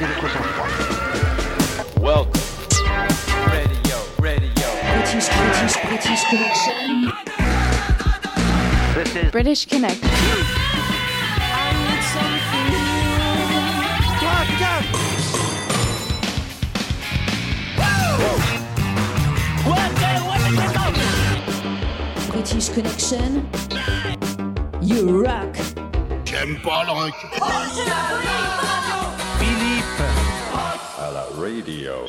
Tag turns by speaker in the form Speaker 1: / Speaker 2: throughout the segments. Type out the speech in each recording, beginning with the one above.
Speaker 1: Gardez votre sang-froid.
Speaker 2: Welcome. Radio.
Speaker 3: British Connection.
Speaker 1: This is
Speaker 4: British Connect.
Speaker 3: British Connection. You rock.
Speaker 5: J'aime pas le rock.
Speaker 2: Philippe.
Speaker 6: À la radio.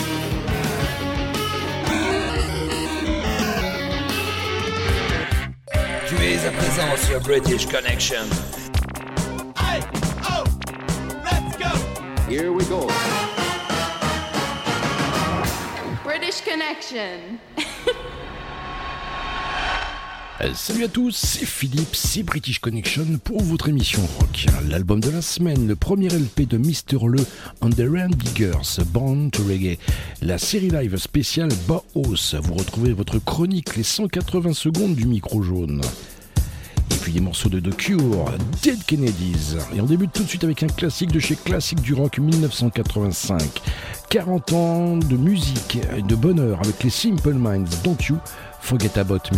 Speaker 7: Tu es à présent sur British Connection.
Speaker 2: Hey, oh, let's go.
Speaker 6: Here we go.
Speaker 4: British Connection.
Speaker 8: Salut à tous, c'est Philippe, c'est British Connection pour votre émission rock. L'album de la semaine, le premier LP de Mr. Le and the Ramdiggers, Born to Reggae. La série live spéciale Bauhaus, vous retrouvez votre chronique, les 180 secondes du micro jaune. Et puis des morceaux de The Cure, Dead Kennedys. Et on débute tout de suite avec un classique de chez Classique du Rock 1985. 40 ans de musique et de bonheur avec les Simple Minds, Don't You Forget About Me.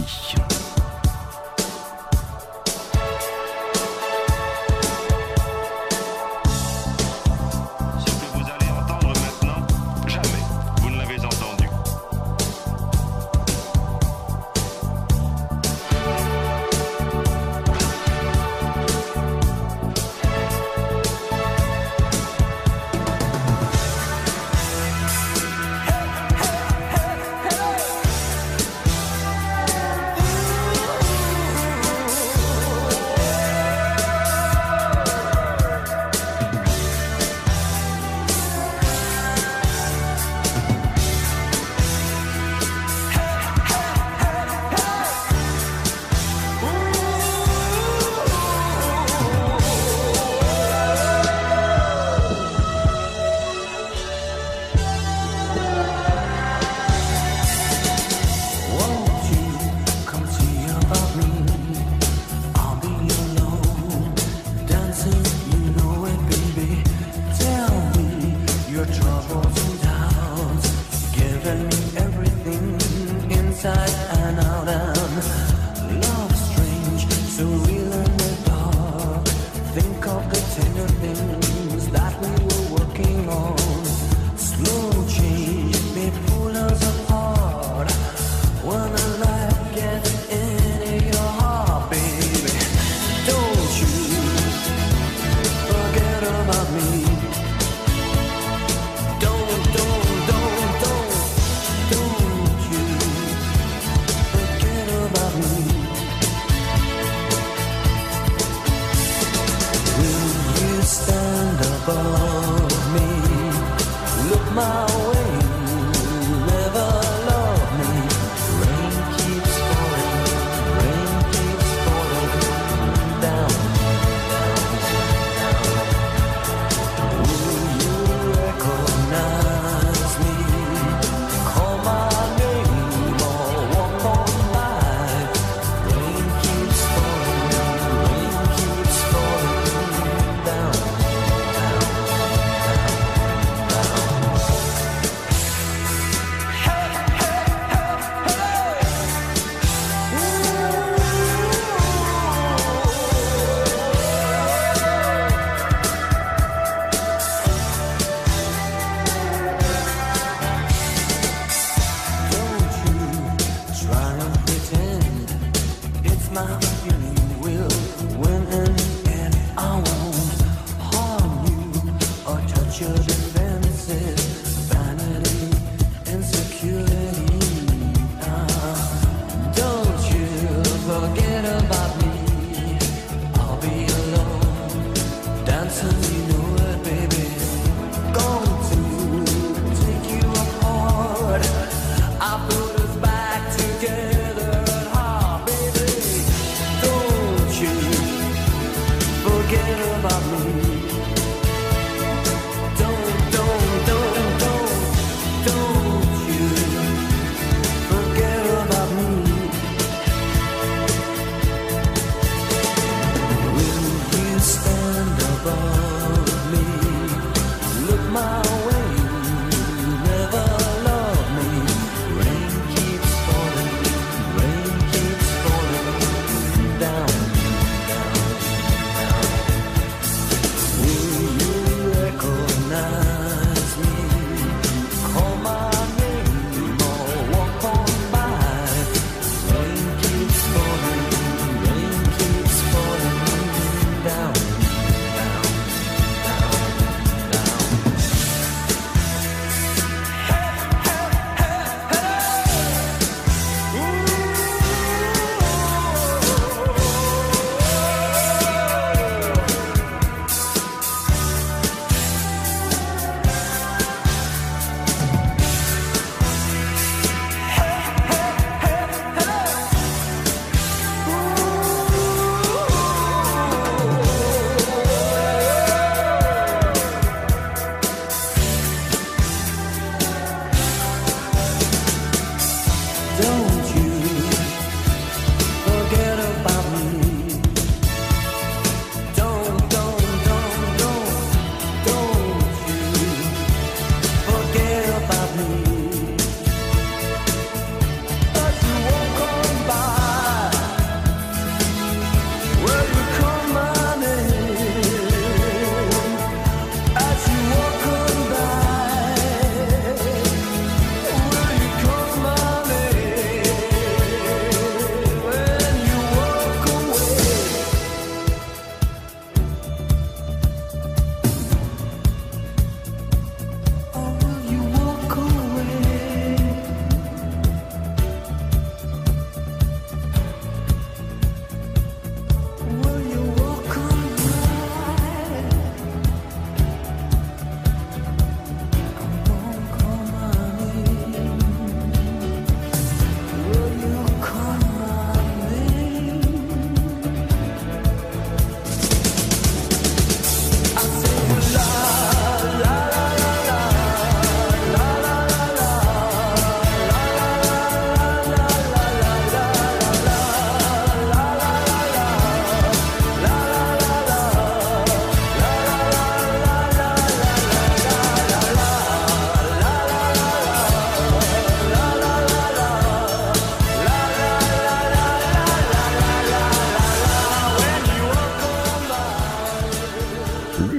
Speaker 9: Look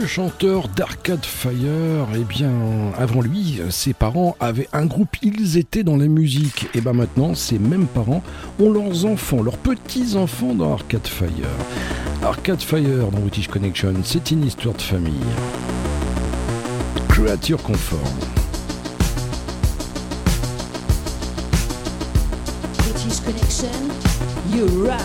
Speaker 8: chanteur d'Arcade Fire, eh bien, avant lui, ses parents avaient un groupe, ils étaient dans la musique. Et bien maintenant, ces mêmes parents ont leurs enfants, leurs petits-enfants dans Arcade Fire. Arcade Fire dans British Connection, c'est une histoire de famille. Creature Comfort.
Speaker 3: British Connection, you rock.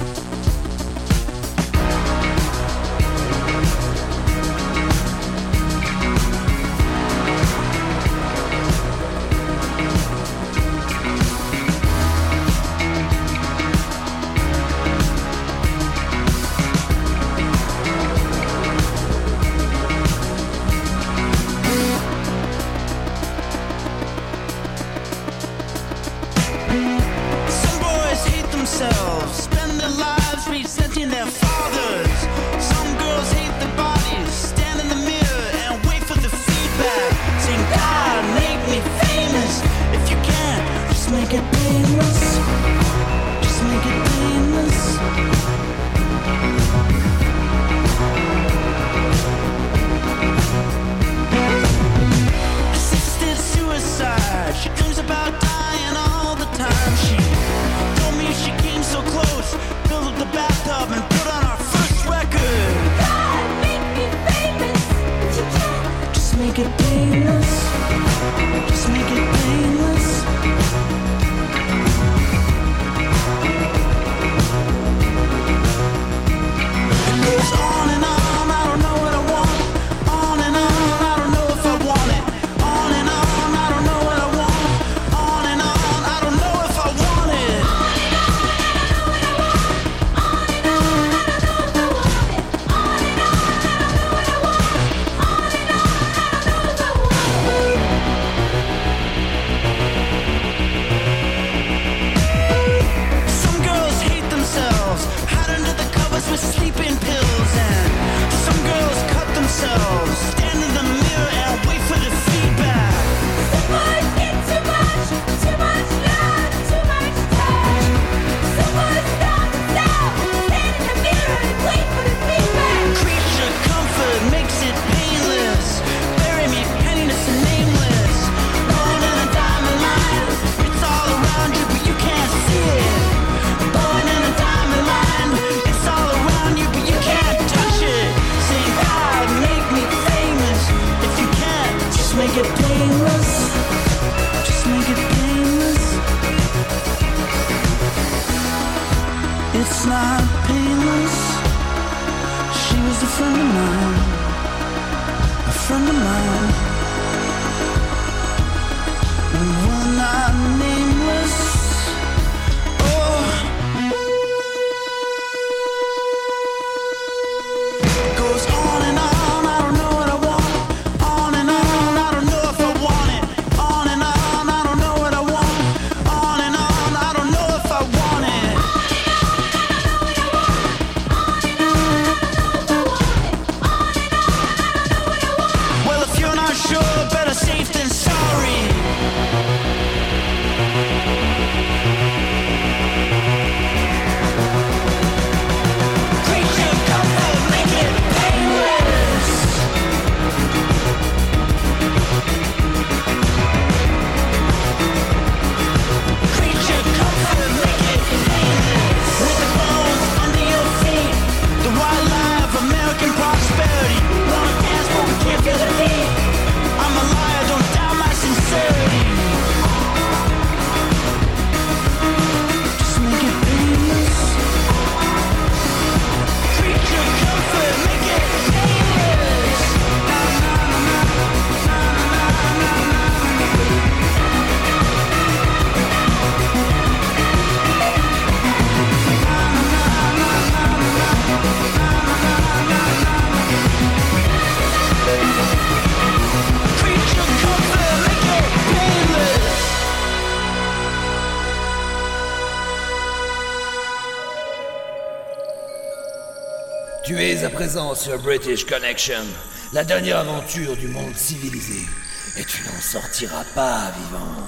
Speaker 7: Tu es à présent sur British Connection, la dernière aventure du monde civilisé. Et tu n'en sortiras pas vivant.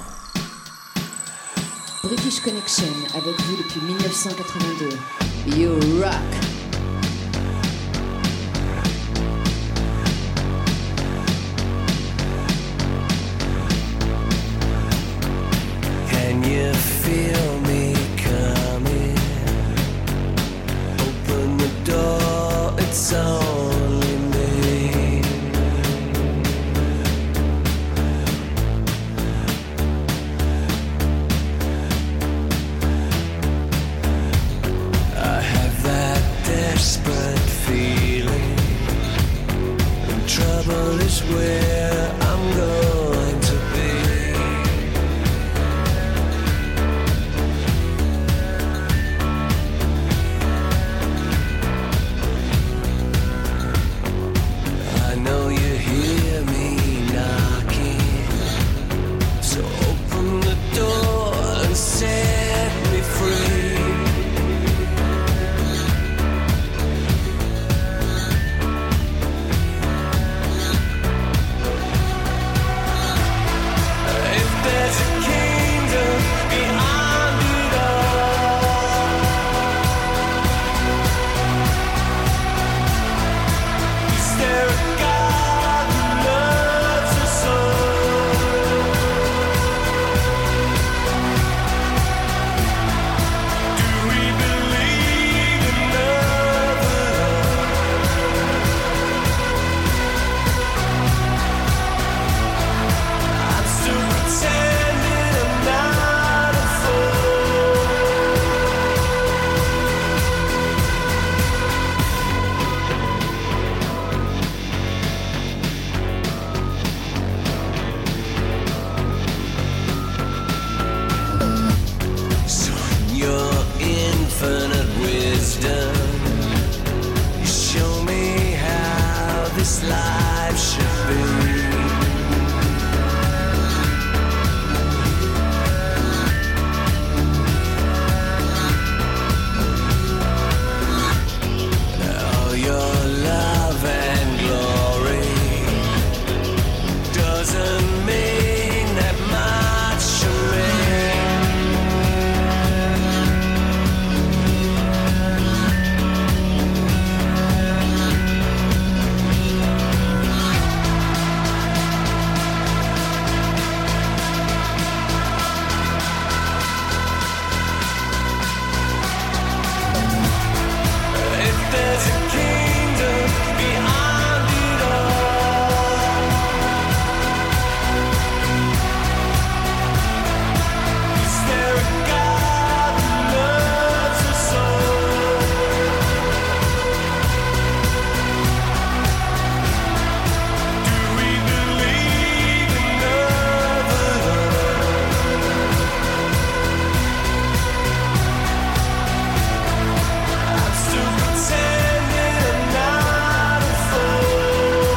Speaker 3: British Connection avec vous depuis 1982. You rock!
Speaker 9: only me. I have that desperate feeling, and trouble is where I'm going to be. I know you hear me knocking, so open the door and set me free. If there's a kingdom beyond it all, is there a God who loves us all? Do we believe in love at all? I'm still pretending I'm not a fool. So in your infinite wisdom, you show me how this life should be. Oh, your love and glory doesn't mean that much to me. If there's a kingdom beyond it all, is there a God who loves us all? Do we believe in love at all? I'm still pretending I'm not a fool.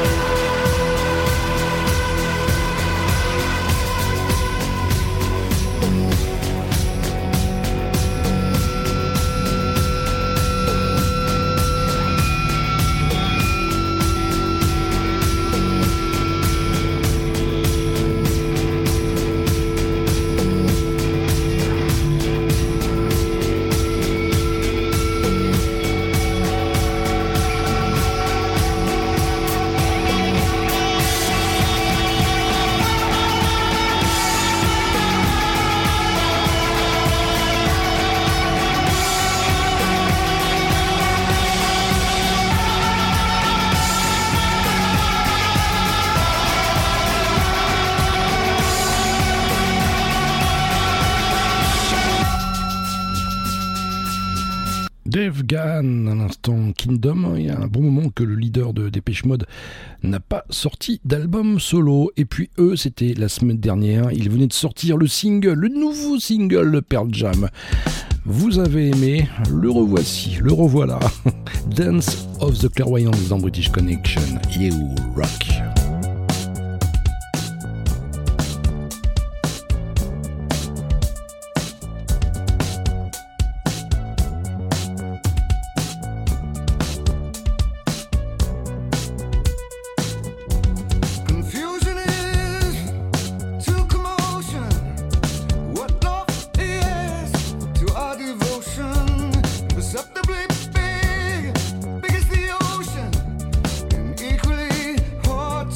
Speaker 8: Dave Gahan, à l'instant Kingdom. Il y a un bon moment que le leader de Depeche Mode n'a pas sorti d'album solo. Et puis eux, c'était la semaine dernière. Ils venaient de sortir le nouveau single Pearl Jam. Vous avez aimé, le revoici, le revoilà. Dance of the Clairvoyants dans British Connection. You rock.
Speaker 9: Confusion is to commotion what love is to our devotion. Perceptibly big, big as the ocean, and equally hard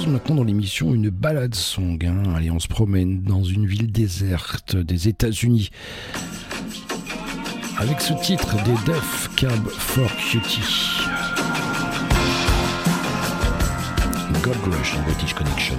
Speaker 8: propose maintenant dans l'émission une balade song. Allez, on se promène dans une ville déserte des États-Unis avec ce titre des Def Cab for Cutie. Gold Rush, British Connection.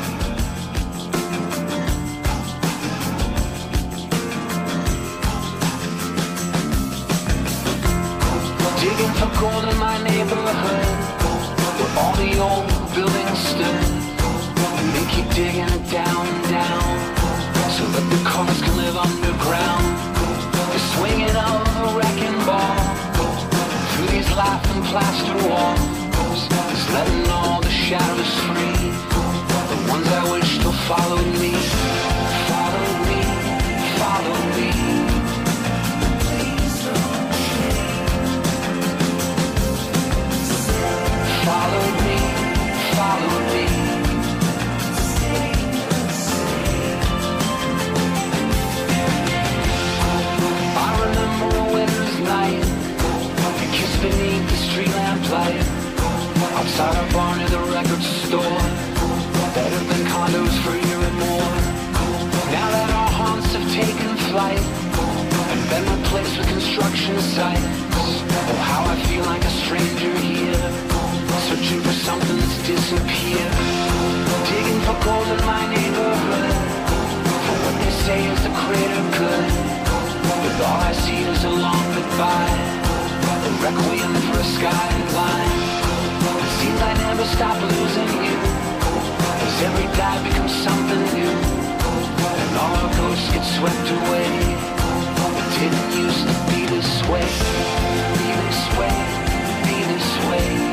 Speaker 10: Digging for gold in my neighborhood, where all the old buildings stood. And they keep digging it down and down, so that the cars can live underground. The swinging of a wrecking ball through these laughing plaster walls is letting all the shadows free. The ones I wish still followed me, followed me, followed me. Follow me, follow me. I remember a winter's night, we kissed beneath the street lamp light, outside our barn near the record store, that have been condos for a year and more. Now that our haunts have taken flight and been replaced with construction sites, oh how I feel like a stranger here, searching for something that's disappeared. Digging for gold in my neighborhood, for what they say is the greater good. But all I see is a long goodbye, a requiem for a sky blind. It seems I never stop losing you, as every dive becomes something new, and all our ghosts get swept away. It didn't used to be this way, be this way, be this way.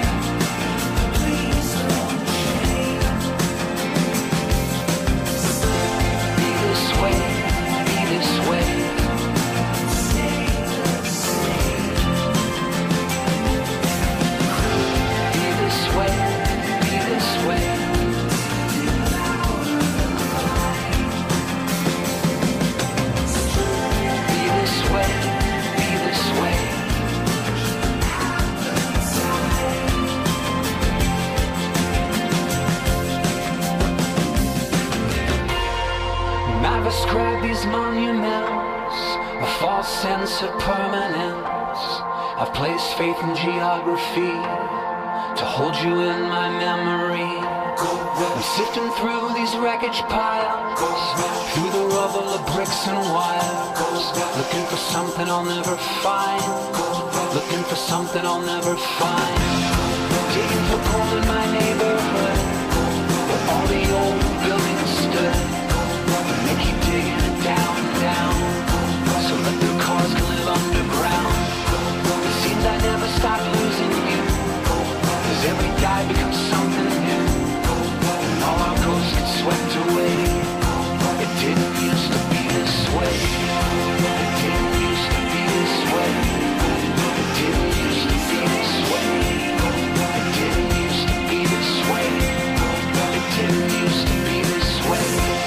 Speaker 10: Ascribe these monuments a false sense of permanence. I've placed faith in geography to hold you in my memory. I'm sifting through these wreckage piles, through the rubble of bricks and wires, looking for something I'll never find, looking for something I'll never find. Digging for gold in my neighborhood, where all the old buildings stood. They keep digging it down and down, so that their cars can live underground. It seems I never stop losing you, as every dive becomes something new, and all our ghosts get swept away. It didn't used to be this way. It didn't used to be this way. It didn't used to be this way. It didn't used to be this way. It didn't used to be this way.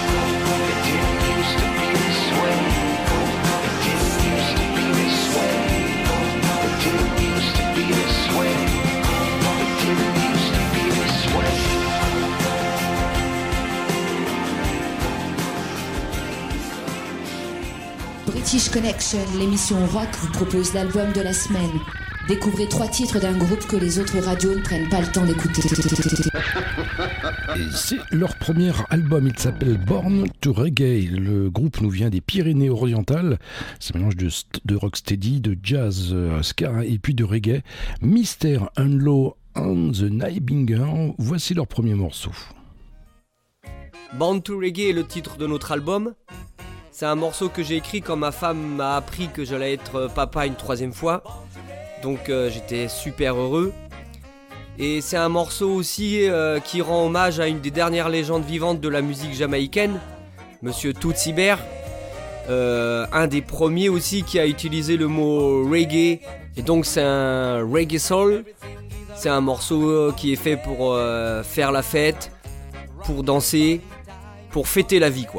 Speaker 3: British Connection, l'émission rock, vous propose l'album de la semaine. Découvrez 3 titres d'un groupe que les autres radios ne prennent pas le temps d'écouter.
Speaker 8: Et c'est leur premier album, il s'appelle Born to Reggae. Le groupe nous vient des Pyrénées-Orientales. C'est un mélange de rocksteady, de jazz, ska et puis de reggae. Mr. Unlow and the Nightbinger, voici leur premier morceau.
Speaker 11: Born to Reggae est le titre de notre album. C'est un morceau que j'ai écrit quand ma femme m'a appris que j'allais être papa une 3e fois. Donc j'étais super heureux. Et c'est un morceau aussi qui rend hommage à une des dernières légendes vivantes de la musique jamaïcaine, Monsieur Tootsie Bear. Un des premiers aussi qui a utilisé le mot reggae. Et donc c'est un reggae soul. C'est un morceau qui est fait pour faire la fête, pour danser, pour fêter la vie quoi.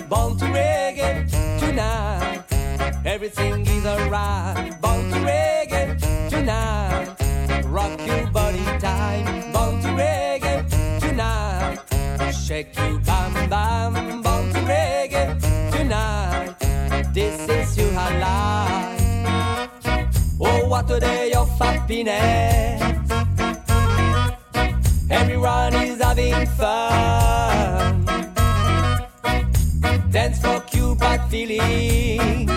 Speaker 9: born to reggae tonight. Everything is alright, born to reggae tonight. Rock your body time, born to reggae tonight. Shake you bam bam, born to reggae tonight. This is your life. Oh, what a day of happiness. Everyone is having fun. Dance for Cupid feeling.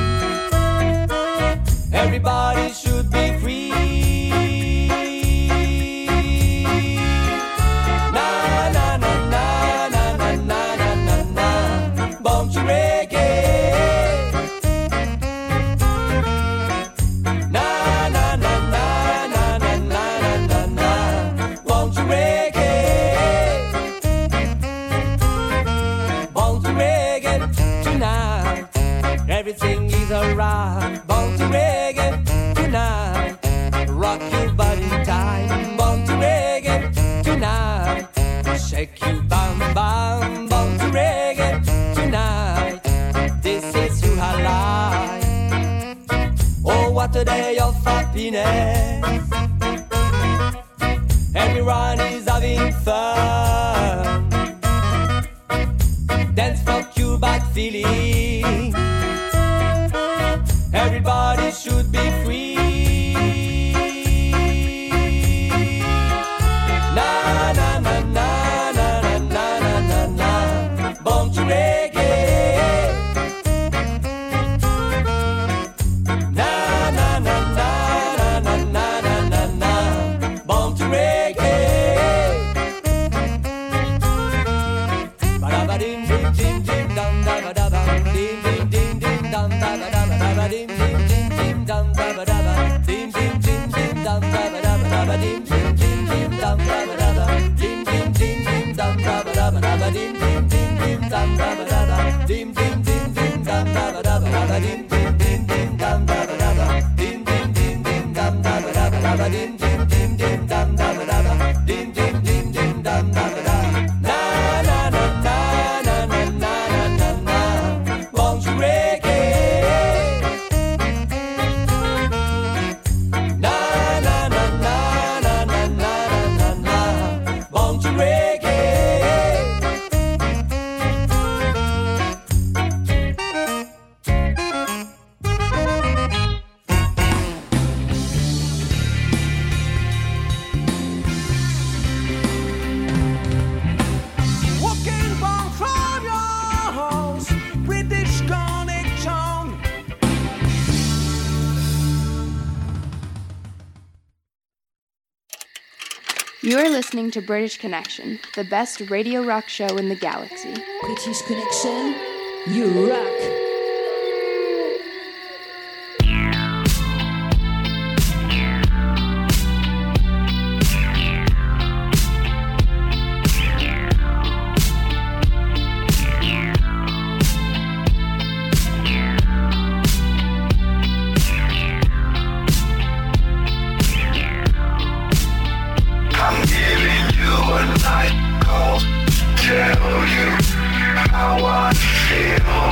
Speaker 9: Everybody should be free. Na na na na na na na na na na. Born to reggae. Na na na na na na na na na. Born to reggae. Born to reggae tonight. Everything is alright. Born to reggae tonight. Rock your body time. Born to reggae tonight. Shake you bam bam. Born to reggae tonight. This is your life. Oh, what a day of happiness. Everyone is having fun. Dance for Cupid feeling. Everybody should be free. Na na na na na na na na na. Born to reggae. Na na na na na na na na na. Born to reggae. Ba-da-ba-dim dim dim dim dum da-ba-da-ba. Dim dim dim dim dum da-ba-da-ba. Dim dim dim dim dum da-ba-da-ba. Dim dim dim dim dum da-ba-da-ba. Dim dim dim dim dum da-ba-da-ba. Dim dim dim dim dum da-ba-da-ba. Dim dim dim dim dum da-ba-da-ba. Dim dim dim dim dum da-ba-da-ba. Dim dim dim dim dum da-ba-da-ba. Dim dim dim dim dum da-ba-da-ba. Dim dim dim dim dum da-ba-da-ba. Dim dim dim dim dum da-ba-da-ba. Na na na na na na na na na. Born to reggae. Na na na na na na na na na. Born to reggae. Walking back from your house, British Connection.
Speaker 4: You are listening to British Connection, the best radio rock show in the galaxy.
Speaker 3: British Connection, you rock.
Speaker 5: I'm giving you a night call to tell you how I feel.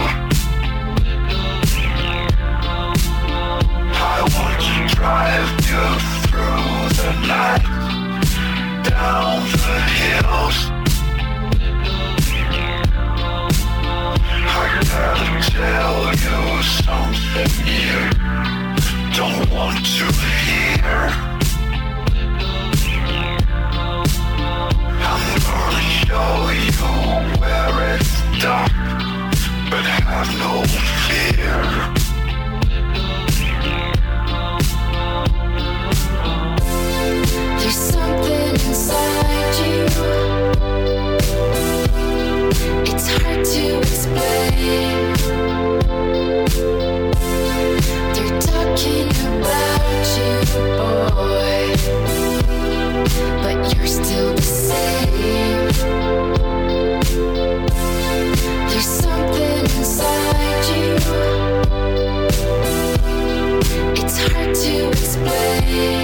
Speaker 5: I want to drive you through the night, down the hills. I gotta tell you something you don't want to hear. I'm gonna show you where it's dark, but have no fear.
Speaker 12: There's something inside you. It's hard to explain. They're talking about you, boy, but you're still the same. There's something inside you. It's hard to explain.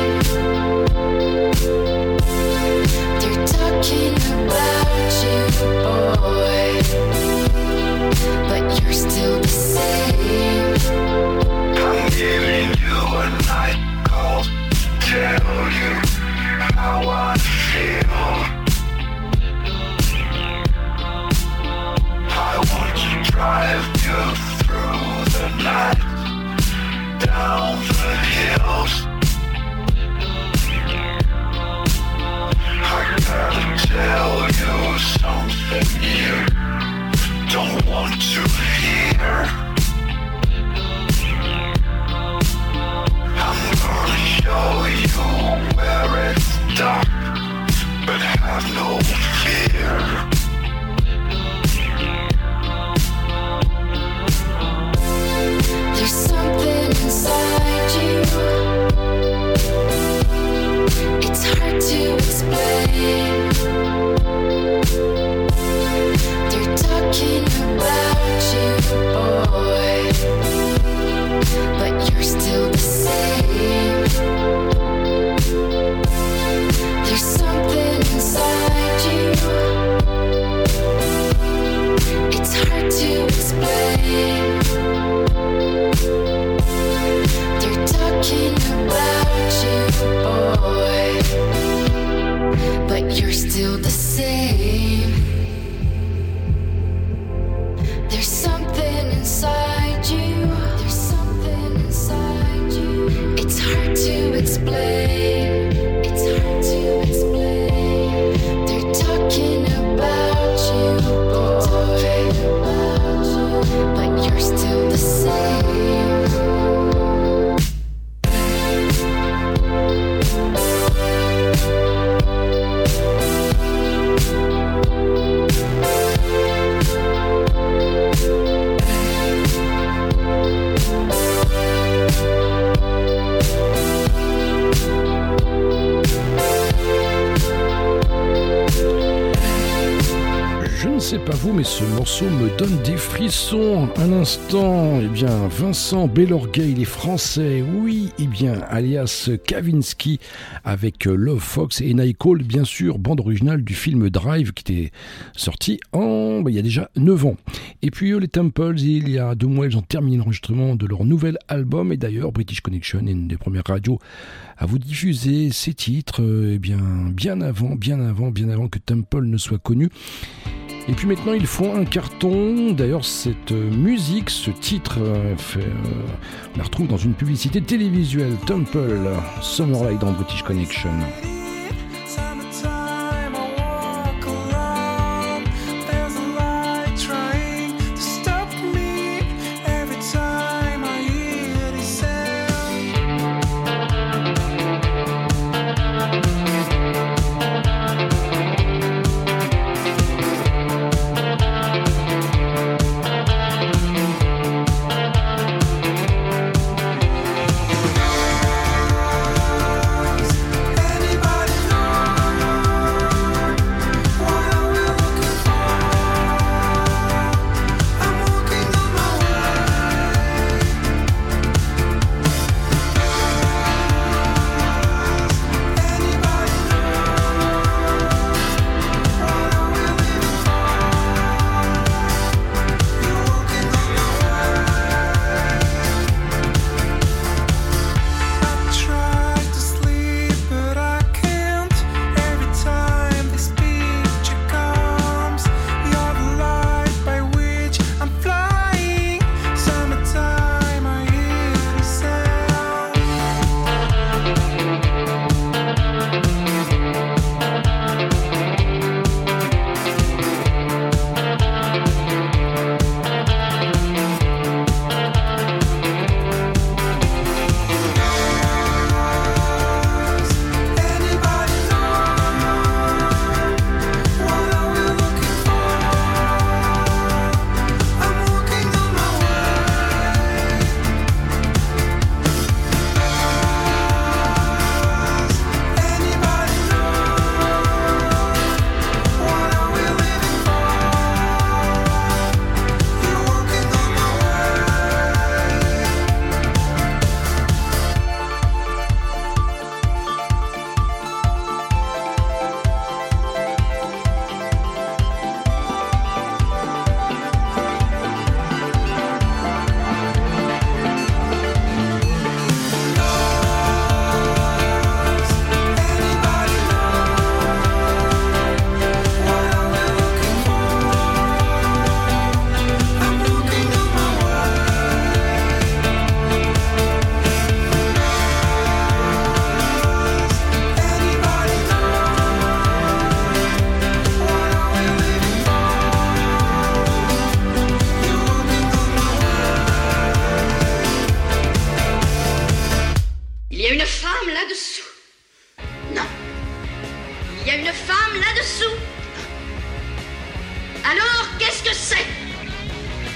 Speaker 12: They're talking about you, boy,
Speaker 5: with you through the night, down the hills. I gotta tell you something you don't want to hear. I'm gonna show you where it's dark, but have no fear.
Speaker 12: There's something inside you. It's hard to explain. They're talking about you, boy, but you're still the same. There's something inside you. It's hard to explain. They're talking about you, boy, but you're still the same. There's something inside you. There's something inside you. It's hard to explain. It's hard to explain. They're talking about you, boy, but you're still the same.
Speaker 8: Je ne sais pas vous, mais ce morceau me donne des frissons. Un instant, eh bien, Vincent Bellorguet, il est français, oui, eh bien, alias Kavinsky, avec Love Fox et Night Call, bien sûr, bande originale du film Drive, qui était sorti il y a déjà 9 ans. Et puis les Temples, il y a 2 mois, ils ont terminé l'enregistrement de leur nouvel album, et d'ailleurs, British Connection est une des premières radios à vous diffuser ces titres, bien avant que Temple ne soit connu. Et puis maintenant ils font un carton. D'ailleurs cette musique, ce titre, on la retrouve dans une publicité télévisuelle. Temple, Summerlight dans British Connection.
Speaker 5: Anybody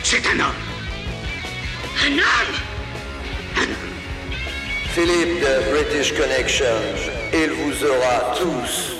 Speaker 5: C'est un homme. Un homme. Un homme.
Speaker 13: Philippe de British Connection, il vous aura tous.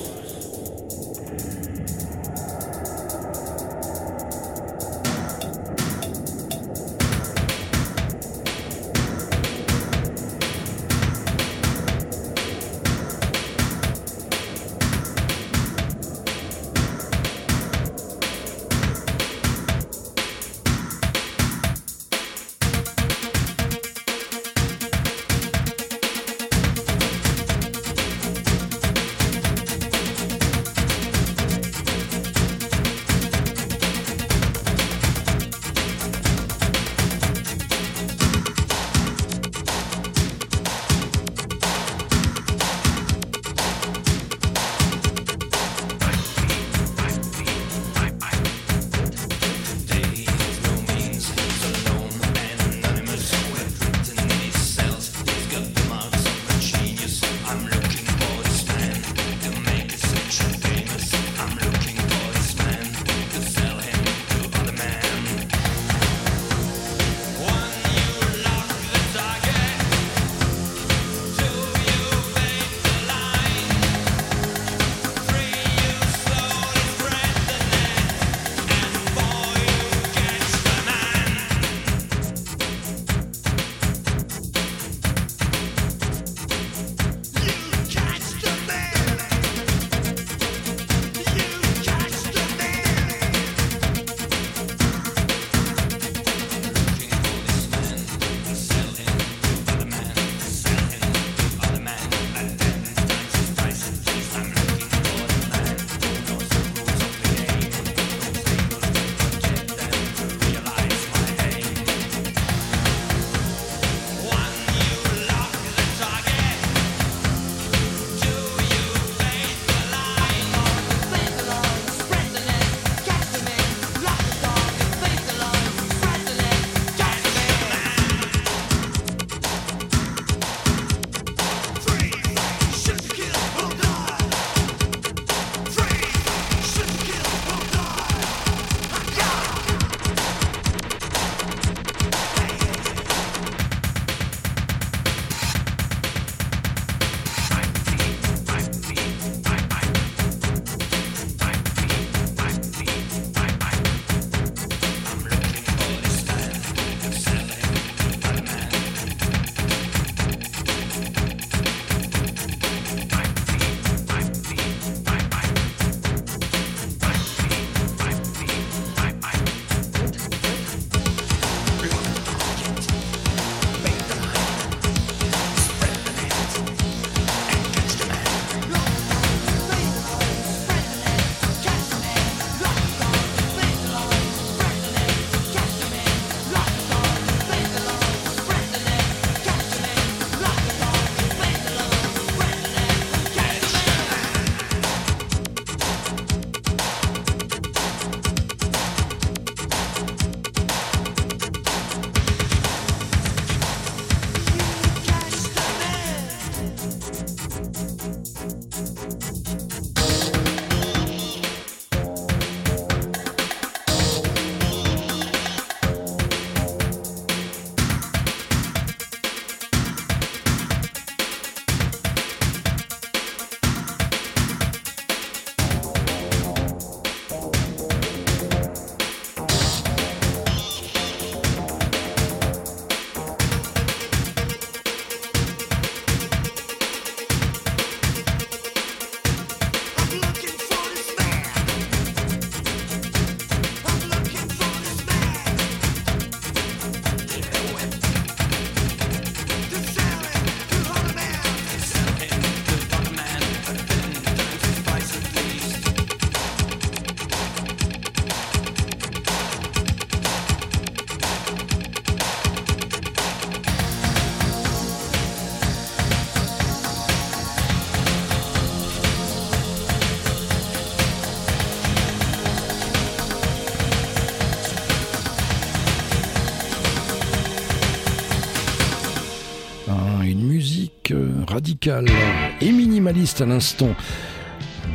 Speaker 8: radicale et minimaliste à l'instant.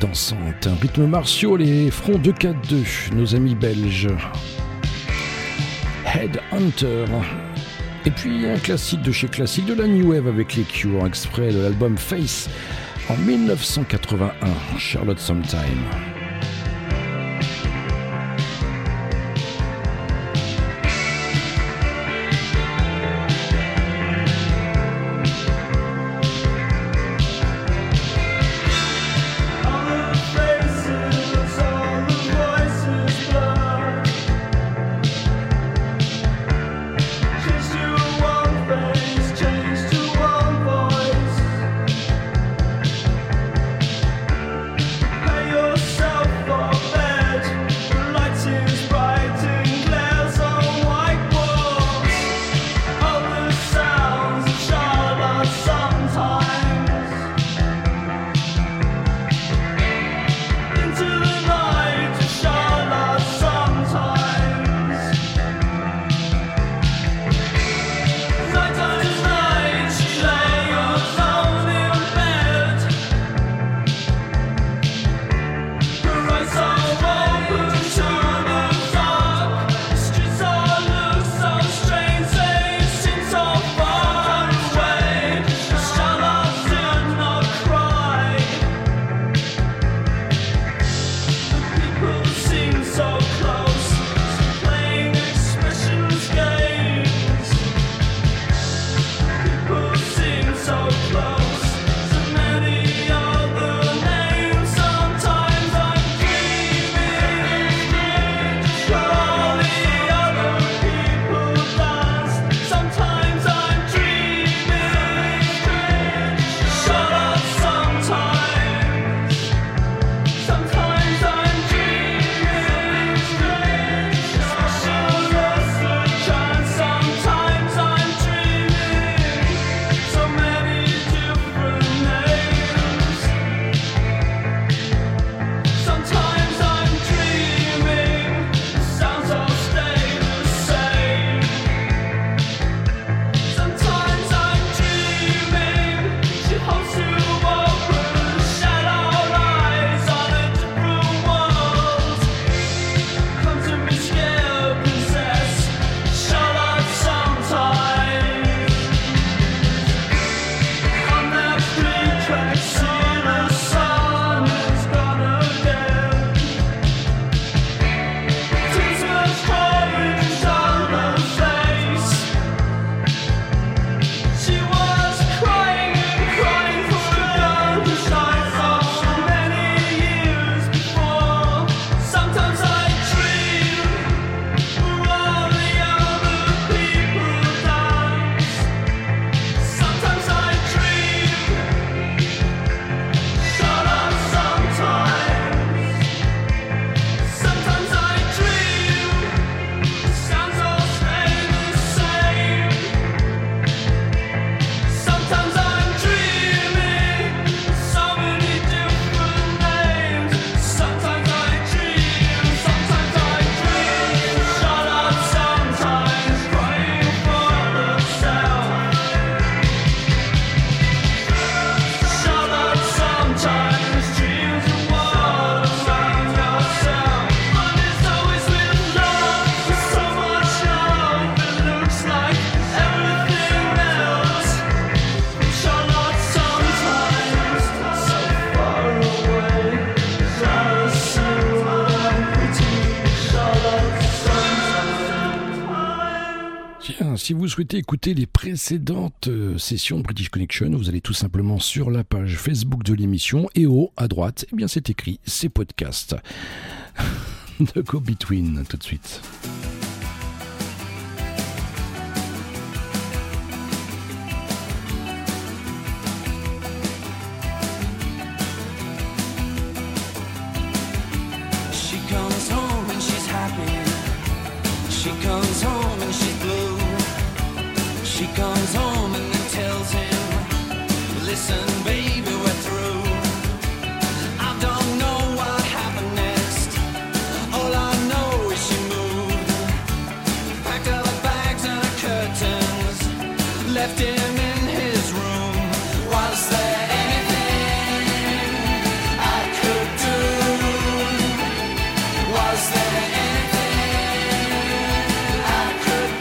Speaker 8: Dansante, un rythme martiaux, les fronts 2-4-2, nos amis belges. Headhunter. Et puis un classique de chez classique de la New Wave avec les Cure, extrait de l'album Face en 1981, Charlotte Sometime. Si vous souhaitez écouter les précédentes sessions de British Connection, vous allez tout simplement sur la page Facebook de l'émission et à droite, eh bien c'est écrit, c'est podcast. The Go Between, tout de suite.
Speaker 14: She comes home and she's happy. She comes home and she's blue. She comes home and then tells him, listen baby, we're through. I don't know what happened next. All I know is she moved, packed up her bags and her curtains, left him in his room. Was there anything I could do? Was there anything I could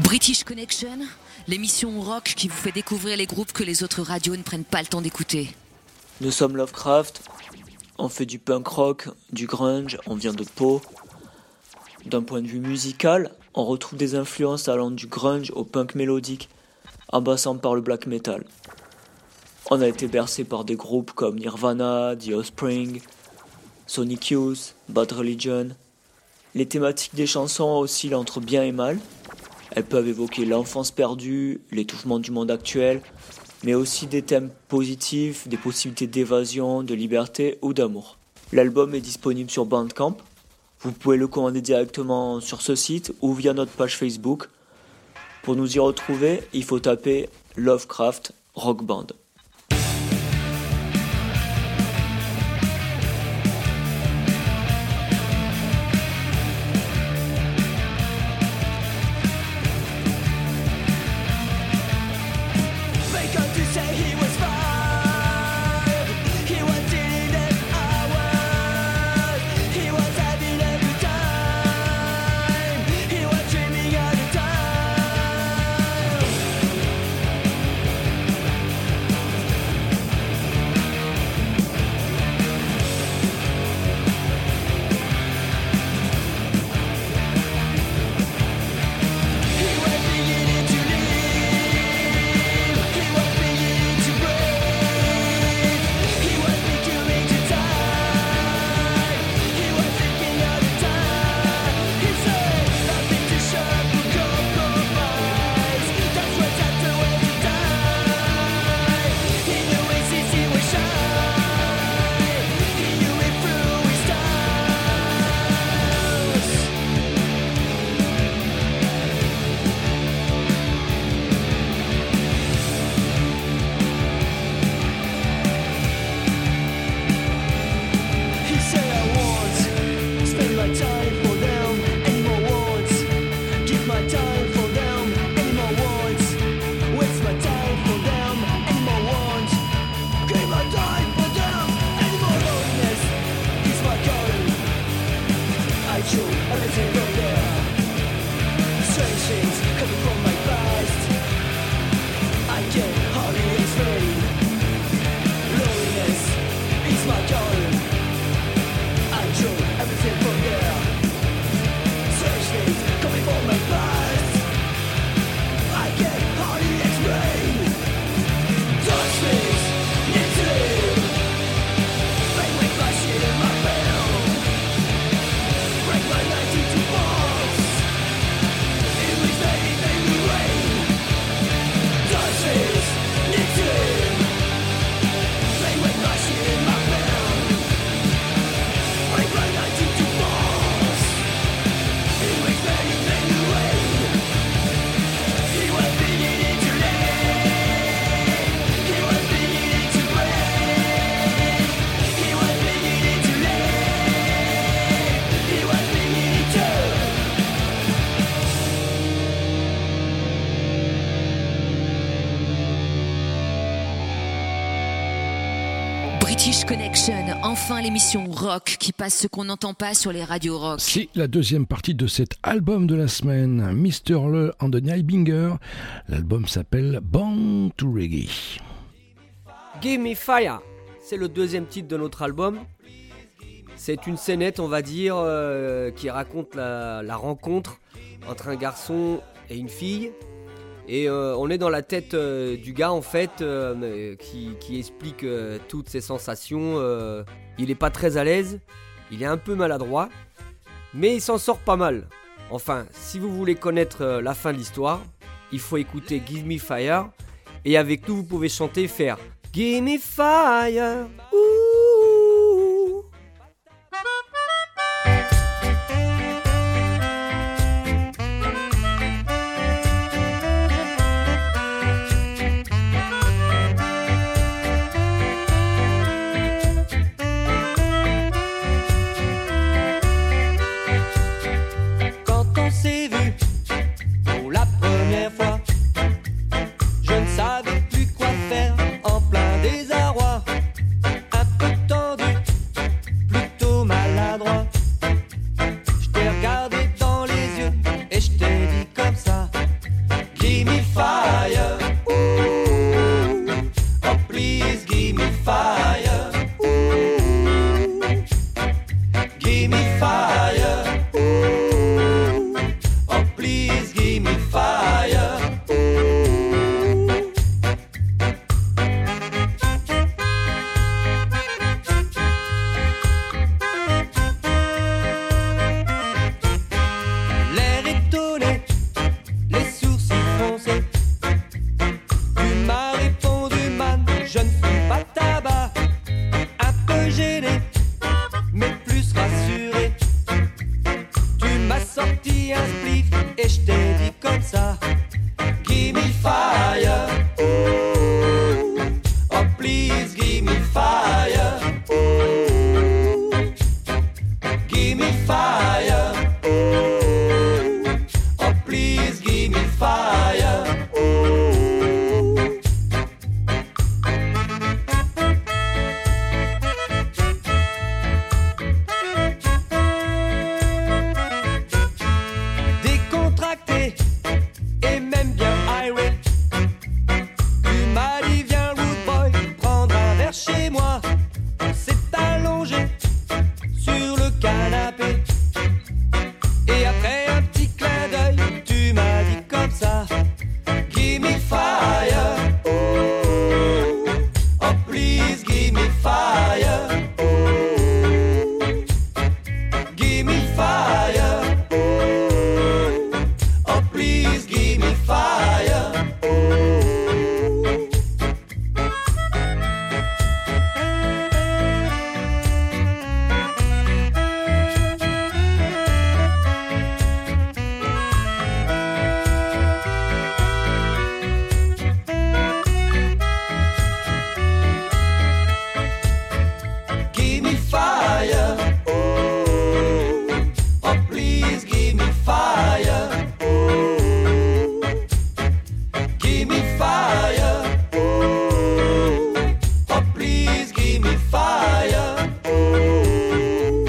Speaker 3: British Connection, l'émission rock qui vous fait découvrir les groupes que les autres radios ne prennent pas le temps d'écouter.
Speaker 15: Nous sommes Lovecraft, on fait du punk rock, du grunge, on vient de Pau. D'un point de vue musical, on retrouve des influences allant du grunge au punk mélodique, en passant par le black metal. On a été bercé par des groupes comme Nirvana, The Offspring, Sonic Youth, Bad Religion. Les thématiques des chansons oscillent entre bien et mal. Elles peuvent évoquer l'enfance perdue, l'étouffement du monde actuel, mais aussi des thèmes positifs, des possibilités d'évasion, de liberté ou d'amour. L'album est disponible sur Bandcamp. Vous pouvez le commander directement sur ce site ou via notre page Facebook. Pour nous y retrouver, il faut taper Lovecraft Rock Band.
Speaker 3: British Connection, enfin l'émission rock qui passe ce qu'on n'entend pas sur les radios rock.
Speaker 8: C'est la deuxième partie de cet album de la semaine, Mr. Le and the Nybinger. L'album s'appelle Born to Reggae.
Speaker 11: Give Me Fire, c'est le deuxième titre de notre album. C'est une scénette, on va dire, qui raconte la rencontre entre un garçon et une fille. Et on est dans la tête du gars en fait qui explique toutes ses sensations. Il est pas très à l'aise, il est un peu maladroit, mais il s'en sort pas mal. Enfin, si vous voulez connaître la fin de l'histoire, il faut écouter Give Me Fire. Et avec nous, vous pouvez chanter et faire Give Me Fire. Ouh.
Speaker 9: Et je t'ai dit comme ça, give me fire. Ooh. Oh please give me fire. Ooh. Give me fire. Ooh. Oh please give me fire. Ooh. Décontracté et même bien irate, tu m'as dit viens rude boy, prendre un verre chez moi. On s'est allongé sur le canapé et après un petit clin d'œil, tu m'as dit comme ça, give me fire. Ooh. Oh please give me fire. Ooh. Give me fire. Ooh. Oh please give me fire. Ooh. Give me fire. Ooh. Oh please give me fire. Ooh. Give me fire. Ooh. Oh please give me fire. Ooh.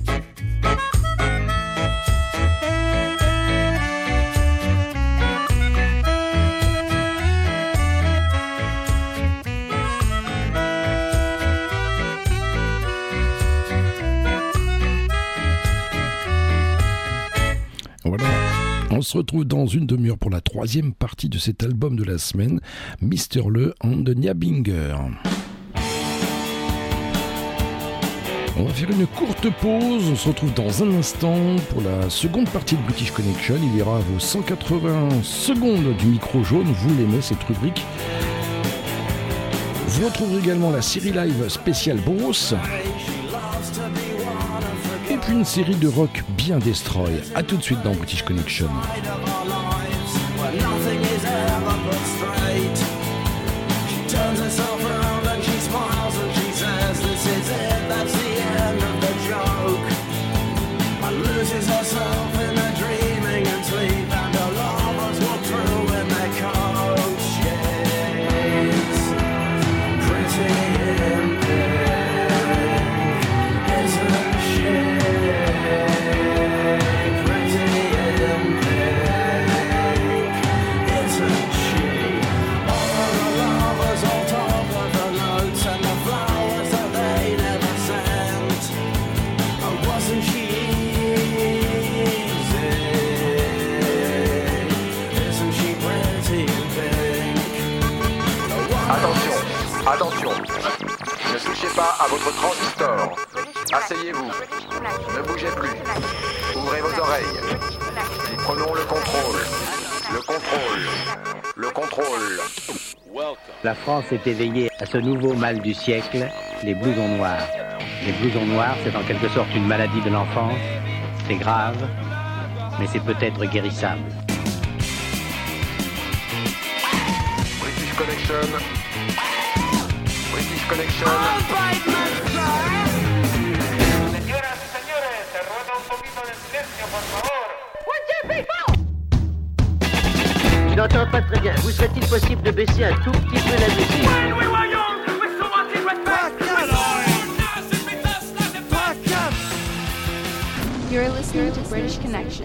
Speaker 8: Voilà, on se retrouve dans une demi-heure pour la troisième partie de cet album de la semaine, Mr. Le and the Nyabinger. On va faire une courte pause, on se retrouve dans un instant pour la seconde partie de British Connection. Il y aura vos 180 secondes du micro jaune, vous l'aimez cette rubrique. Vous retrouverez également la série live spéciale Bruce. Et puis une série de rock bien destroy. A tout de suite dans British Connection.
Speaker 6: Attention, ne touchez pas à votre transistor. Asseyez-vous, ne bougez plus. Ouvrez vos oreilles. Prenons le contrôle. Le contrôle.
Speaker 16: La France est éveillée à ce nouveau mal du siècle, les blousons noirs. Les blousons noirs, c'est en quelque sorte une maladie de l'enfance. C'est grave, mais c'est peut-être guérissable.
Speaker 6: British Connection. British Connection.
Speaker 2: Señoras y señores, se ruega un poquito de silencio, por favor.
Speaker 17: Je n'entends pas très bien. Vous serait-il possible de baisser un tout petit peu la musique?
Speaker 4: You're listening to British Connection.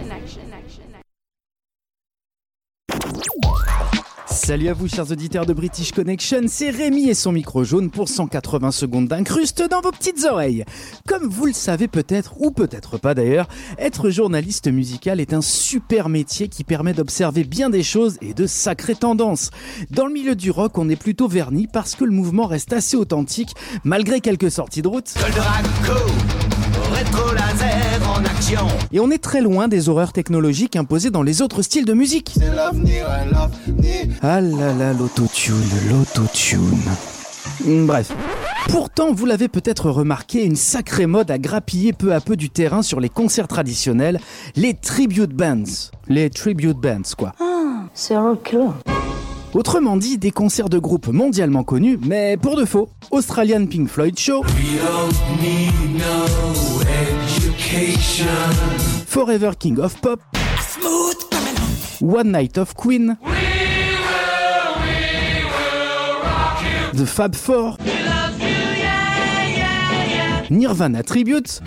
Speaker 18: Salut à vous chers auditeurs de British Connection, c'est Rémi et son micro jaune pour 180 secondes d'incruste dans vos petites oreilles. Comme vous le savez peut-être, ou peut-être pas d'ailleurs, être journaliste musical est un super métier qui permet d'observer bien des choses et de sacrées tendances. Dans le milieu du rock, on est plutôt verni parce que le mouvement reste assez authentique, malgré quelques sorties de route.
Speaker 9: Rétro laser en action.
Speaker 18: Et on est très loin des horreurs technologiques imposées dans les autres styles de musique.
Speaker 9: C'est l'avenir, l'avenir.
Speaker 18: Ah là là, l'autotune. Bref. Pourtant, vous l'avez peut-être remarqué, une sacrée mode a grappillé peu à peu du terrain sur les concerts traditionnels, les tribute bands. Les tribute bands, quoi.
Speaker 19: Ah, c'est rock'n'roll.
Speaker 18: Autrement dit, des concerts de groupes mondialement connus, mais pour de faux. Australian Pink Floyd Show, Forever King of Pop, One Night of Queen, The Fab Four, Nirvana Tribute.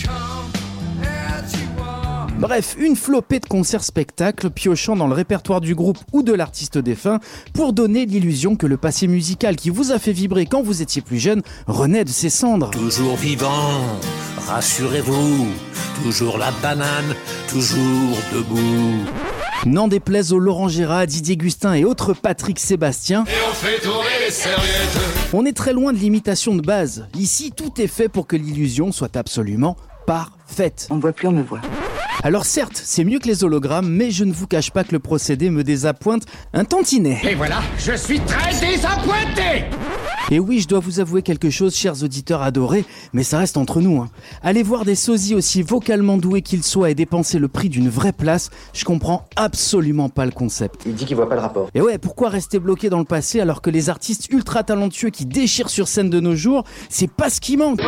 Speaker 18: Bref, une flopée de concerts-spectacles piochant dans le répertoire du groupe ou de l'artiste défunt pour donner l'illusion que le passé musical qui vous a fait vibrer quand vous étiez plus jeune renaît de ses cendres.
Speaker 20: Toujours vivant, rassurez-vous, toujours la banane, toujours debout.
Speaker 18: N'en déplaise aux Laurent Gérard, Didier Gustin et autres Patrick Sébastien.
Speaker 5: Et on fait tourner les serviettes.
Speaker 18: On est très loin de l'imitation de base. Ici, tout est fait pour que l'illusion soit absolument parfaite.
Speaker 19: On ne voit plus, on me voit.
Speaker 18: Alors certes, c'est mieux que les hologrammes, mais je ne vous cache pas que le procédé me désappointe un tantinet.
Speaker 5: Et voilà, je suis très désappointé.
Speaker 18: Et oui, je dois vous avouer quelque chose, chers auditeurs adorés, mais ça reste entre nous. Aller voir des sosies aussi vocalement doués qu'ils soient et dépenser le prix d'une vraie place, je comprends absolument pas le concept.
Speaker 21: Il dit qu'il voit pas le rapport.
Speaker 18: Et ouais, pourquoi rester bloqué dans le passé alors que les artistes ultra talentueux qui déchirent sur scène de nos jours, c'est pas ce qui manque.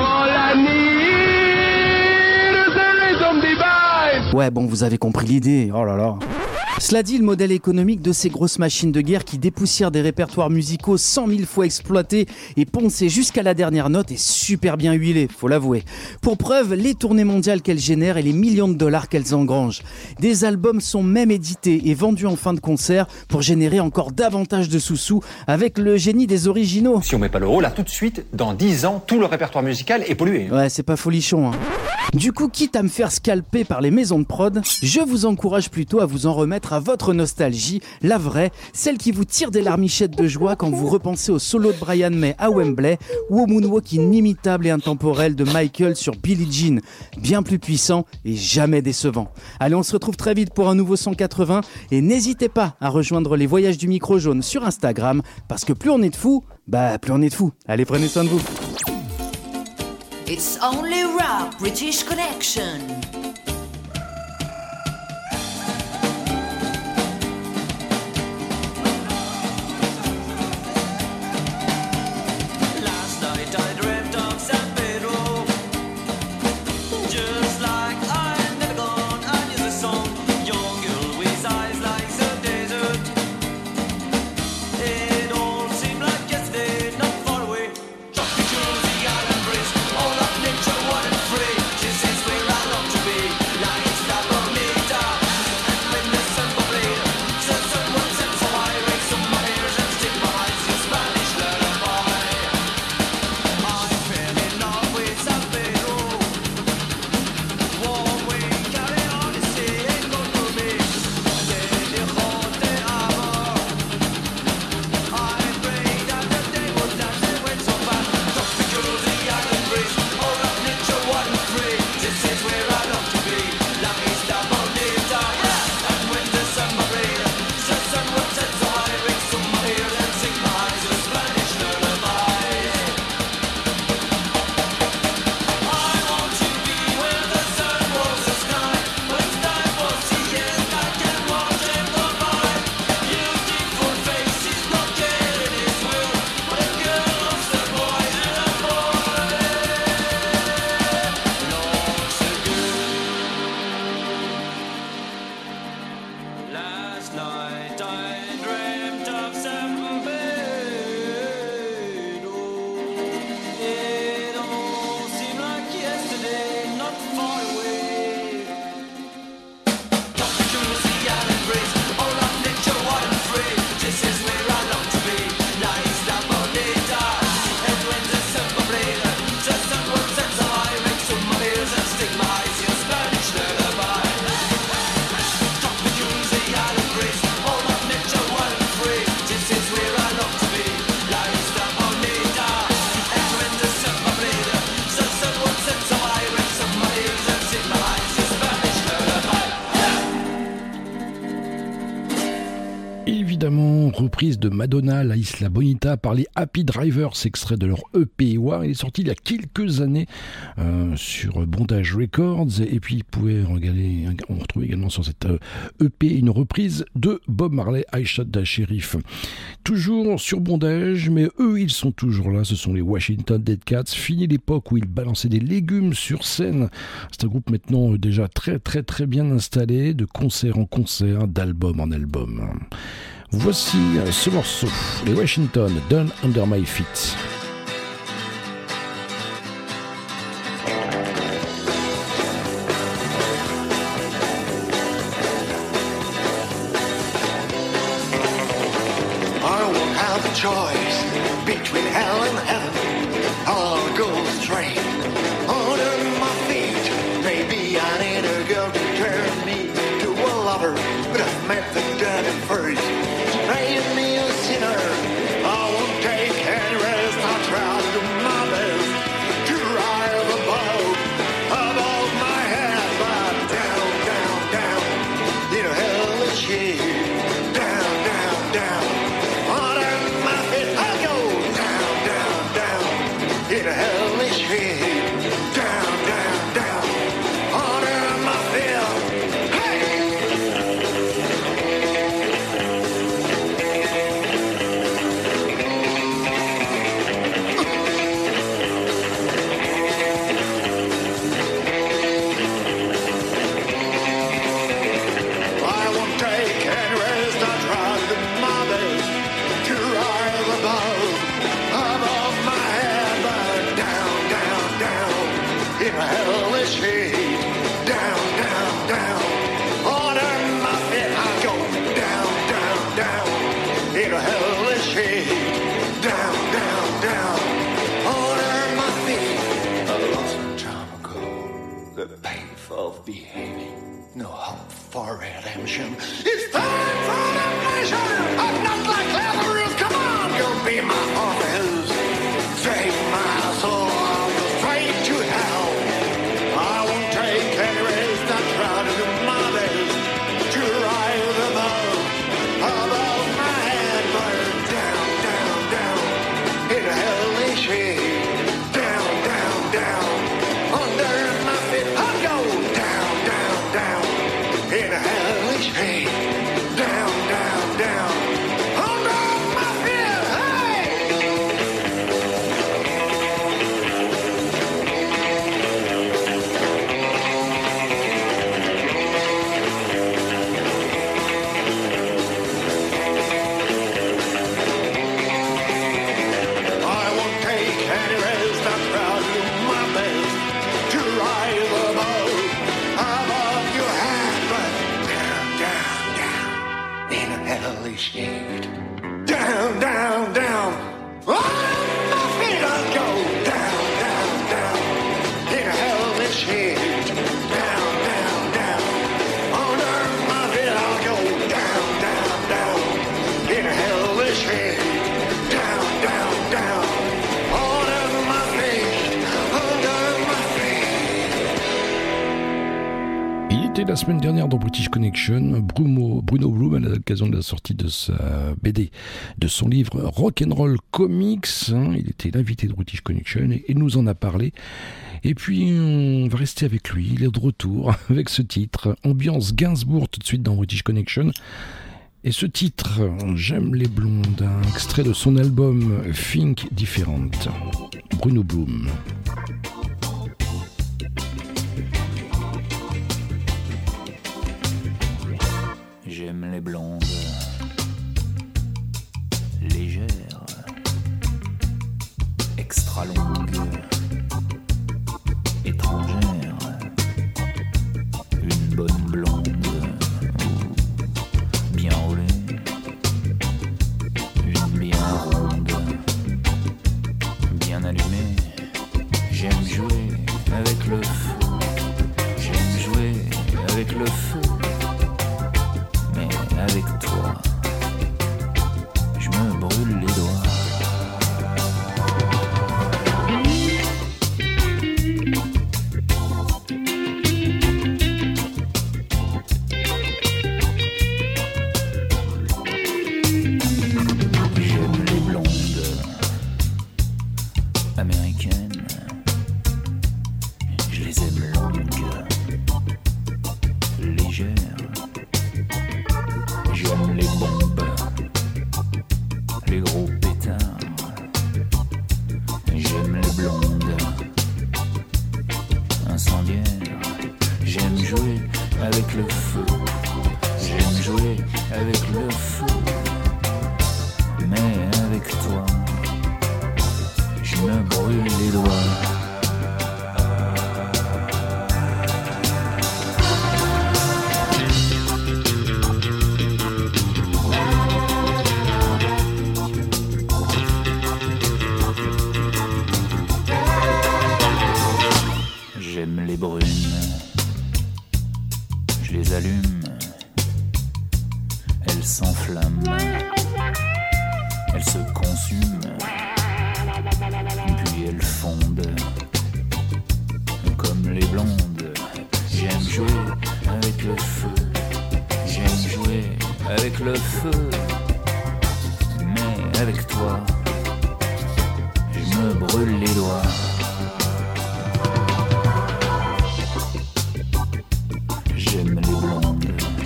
Speaker 18: Ouais, bon, vous avez compris l'idée, oh là là. Cela dit, le modèle économique de ces grosses machines de guerre qui dépoussièrent des répertoires musicaux 100 000 fois exploités et poncés jusqu'à la dernière note est super bien huilé, faut l'avouer. Pour preuve, les tournées mondiales qu'elles génèrent et les millions de dollars qu'elles engrangent. Des albums sont même édités et vendus en fin de concert pour générer encore davantage de sous-sous avec le génie des originaux.
Speaker 21: Si on met pas l'euro, là tout de suite, dans 10 ans, tout le répertoire musical est pollué.
Speaker 18: Ouais, c'est pas folichon. Du coup, quitte à me faire scalper par les maisons de prod, je vous encourage plutôt à vous en remettre à votre nostalgie, la vraie, celle qui vous tire des larmichettes de joie quand vous repensez au solo de Brian May à Wembley ou au moonwalk inimitable et intemporel de Michael sur Billie Jean, bien plus puissant et jamais décevant. Allez, on se retrouve très vite pour un nouveau 180 et n'hésitez pas à rejoindre les voyages du micro jaune sur Instagram parce que plus on est de fous, plus on est de fous. Allez, prenez soin de vous.
Speaker 22: It's only rock, British Connection.
Speaker 5: Grace.
Speaker 8: précédemment, reprise de Madonna, La Isla Bonita par les Happy Drivers, extrait de leur EP War. Il est sorti il y a quelques années sur Bondage Records. Et puis, vous pouvez regarder, on retrouve également sur cette EP une reprise de Bob Marley, I Shot the Sheriff. Toujours sur Bondage, mais eux, ils sont toujours là. Ce sont les Washington Dead Cats. Fini l'époque où ils balançaient des légumes sur scène. C'est un groupe maintenant déjà très très très bien installé, de concert en concert, d'album en album. Voici ce morceau, les Washington, Done Under My Feet.
Speaker 5: Choice between hell and heaven, I'll go straight under my feet. Maybe I need a girl to turn me to a lover, but I've met the devil first. Made me a sinner. I won't take any rest. I'll try to do my best to rise above my head, but down, down, down in a hellish shade. Down, down, down. In a hellish heat, down, down, down, under my feet. Hey! I won't take any rest. I try to do my best to rise above my head. In a hellish heat, down, down, down, under my feet I go, down, down, down, in a hellish heat, down, down, down, under my feet. I lost my time ago, the pain of behaving, no hope for redemption. It's time for damnation. I'm not like Lazarus, come on, go be my office, save my soul. Down, down, down. On my feet I go. Down, down, down. In a hellish heat. Down, down, down. Under my feet I go. Down, down, down. In a hellish heat. Down, down, down. Under my feet. Under my feet.
Speaker 8: Il était la semaine dernière dans British Connection, Bruno Bloom, à l'occasion de la sortie de sa BD, de son livre Rock'n'Roll Comics. Il était l'invité de British Connection et il nous en a parlé. Et puis on va rester avec lui, il est de retour avec ce titre, ambiance Gainsbourg tout de suite dans British Connection. Et ce titre, J'aime les blondes, un extrait de son album Think Different, Bruno Bloom.
Speaker 1: J'aime les blondes, légères, extra longues, étrangères. Une bonne blonde, bien roulée, une bien ronde, bien allumée. J'aime jouer avec le feu, j'aime jouer avec le feu. Avec toi, je me brûle les doigts. digère. J'aime les bombes, les gros pétards. J'aime les blondes incendiaires. J'aime jouer avec le feu. J'aime jouer avec le feu. Mais avec toi, je me brûle les doigts. J'aime les brunes, je les allume, elles s'enflamment, elles se consument, puis elles fondent, comme les blondes. J'aime jouer avec le feu, j'aime jouer avec le feu, mais avec toi, je me brûle les doigts. J'aime les blondes,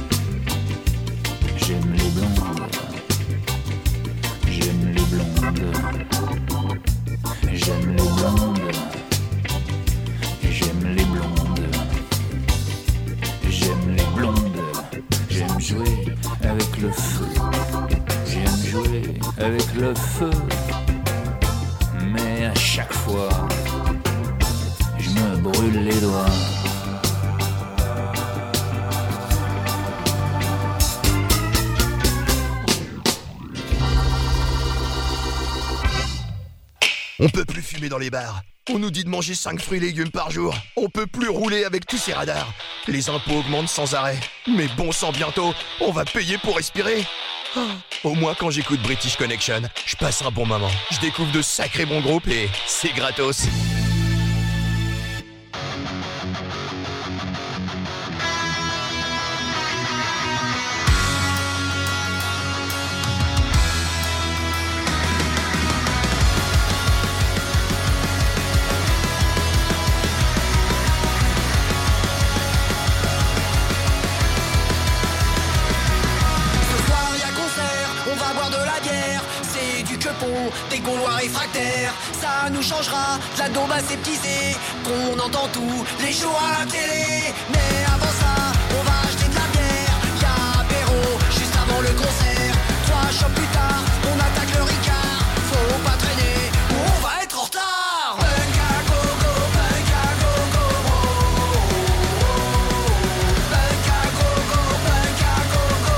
Speaker 1: j'aime les blondes, j'aime les blondes, j'aime les blondes, j'aime les blondes, j'aime les blondes, j'aime jouer avec le feu, j'aime jouer avec le feu, mais à chaque fois, je me brûle les doigts.
Speaker 7: On peut plus fumer dans les bars. On nous dit de manger 5 fruits et légumes par jour. On peut plus rouler avec tous ces radars. Les impôts augmentent sans arrêt. Mais bon sang, bientôt, on va payer pour respirer. Au moins quand j'écoute British Connection, je passe un bon moment. Je découvre de sacrés bons groupes et c'est gratos.
Speaker 10: Des Gaulois réfractaires, ça nous changera de la daube aseptisée qu'on entend tous les jours à la télé. Mais avant ça, on va acheter de la bière. Y'a apéro juste avant le concert. 3 shots plus tard, on attaque le Ricard. Faut pas traîner ou on va être en retard. Punk à gogo, punk à gogo, punk à gogo, punk à gogo.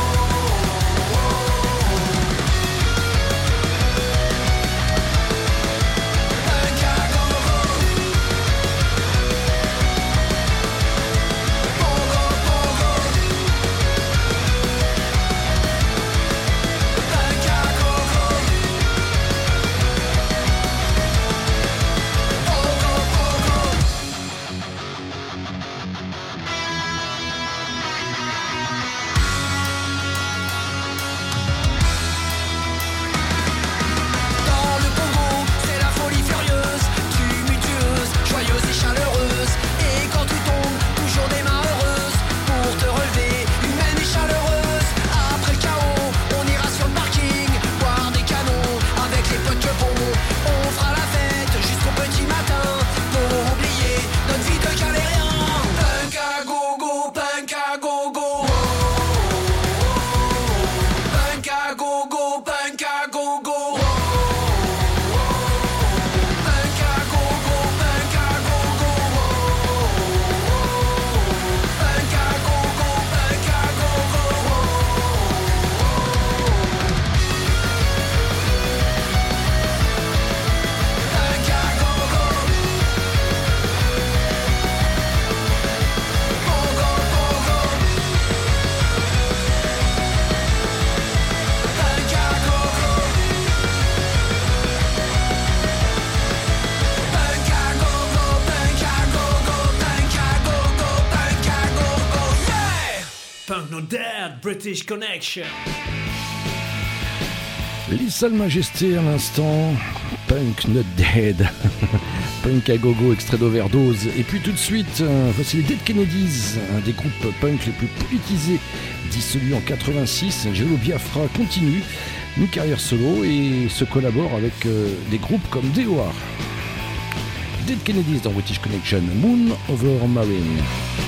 Speaker 23: Punk No Dead, British Connection.
Speaker 8: Les Salles Majestés à l'instant, Punk Not Dead. Punk à gogo, extrait d'Overdose. Et puis tout de suite, voici les Dead Kennedys, un des groupes punk les plus politisés, dissolu en 86. Jello Biafra continue une carrière solo et se collabore avec des groupes comme DOR. Dead Kennedys dans British Connection, Moon Over Marine.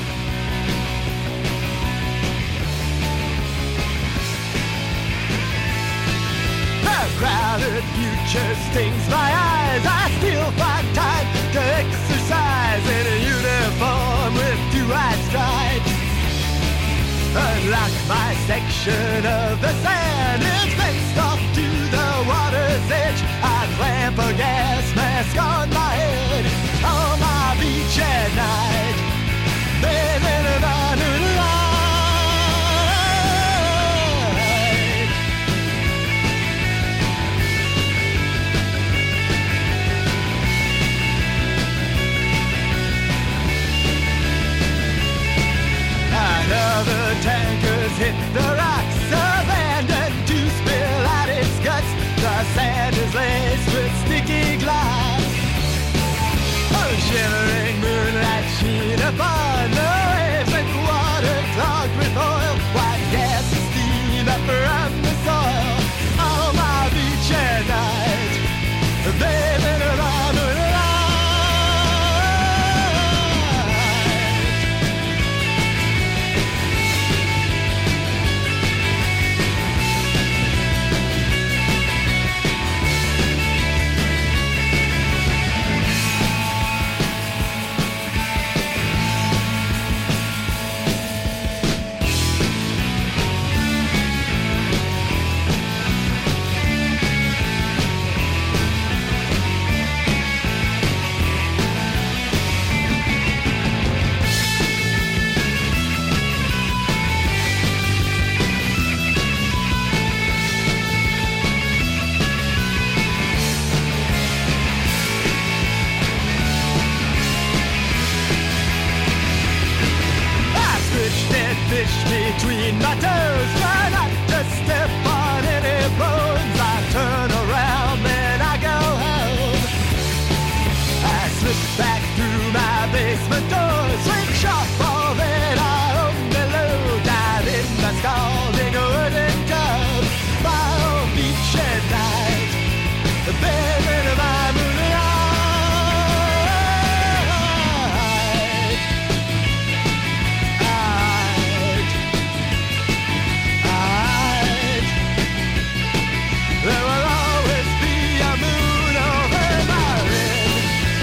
Speaker 12: Crowded future stings my eyes. I still find time to exercise in a uniform with 2 white stripes. Unlock my section of the sand. It's fenced off to the water's edge. I clamp a gas mask on my head on my beach at night. Bathing in the moonlight. Another tanker's hit the rocks, abandoned to spill out its guts. The sand is laced with sticky glass. A shimmering moonlight sheen upon the waves and water clogged with oil. White gas and steam up from the soil on my beach at night. Baby, my moonlight. Fish between my toes, try not to step on any bones. I turn around, then I go home. I slip back through my basement door, swing sharp, all that I own below. Dive in my scalding wooden tub, my own beach at night, bathing in my moonlight. There will always be a moon over Marin.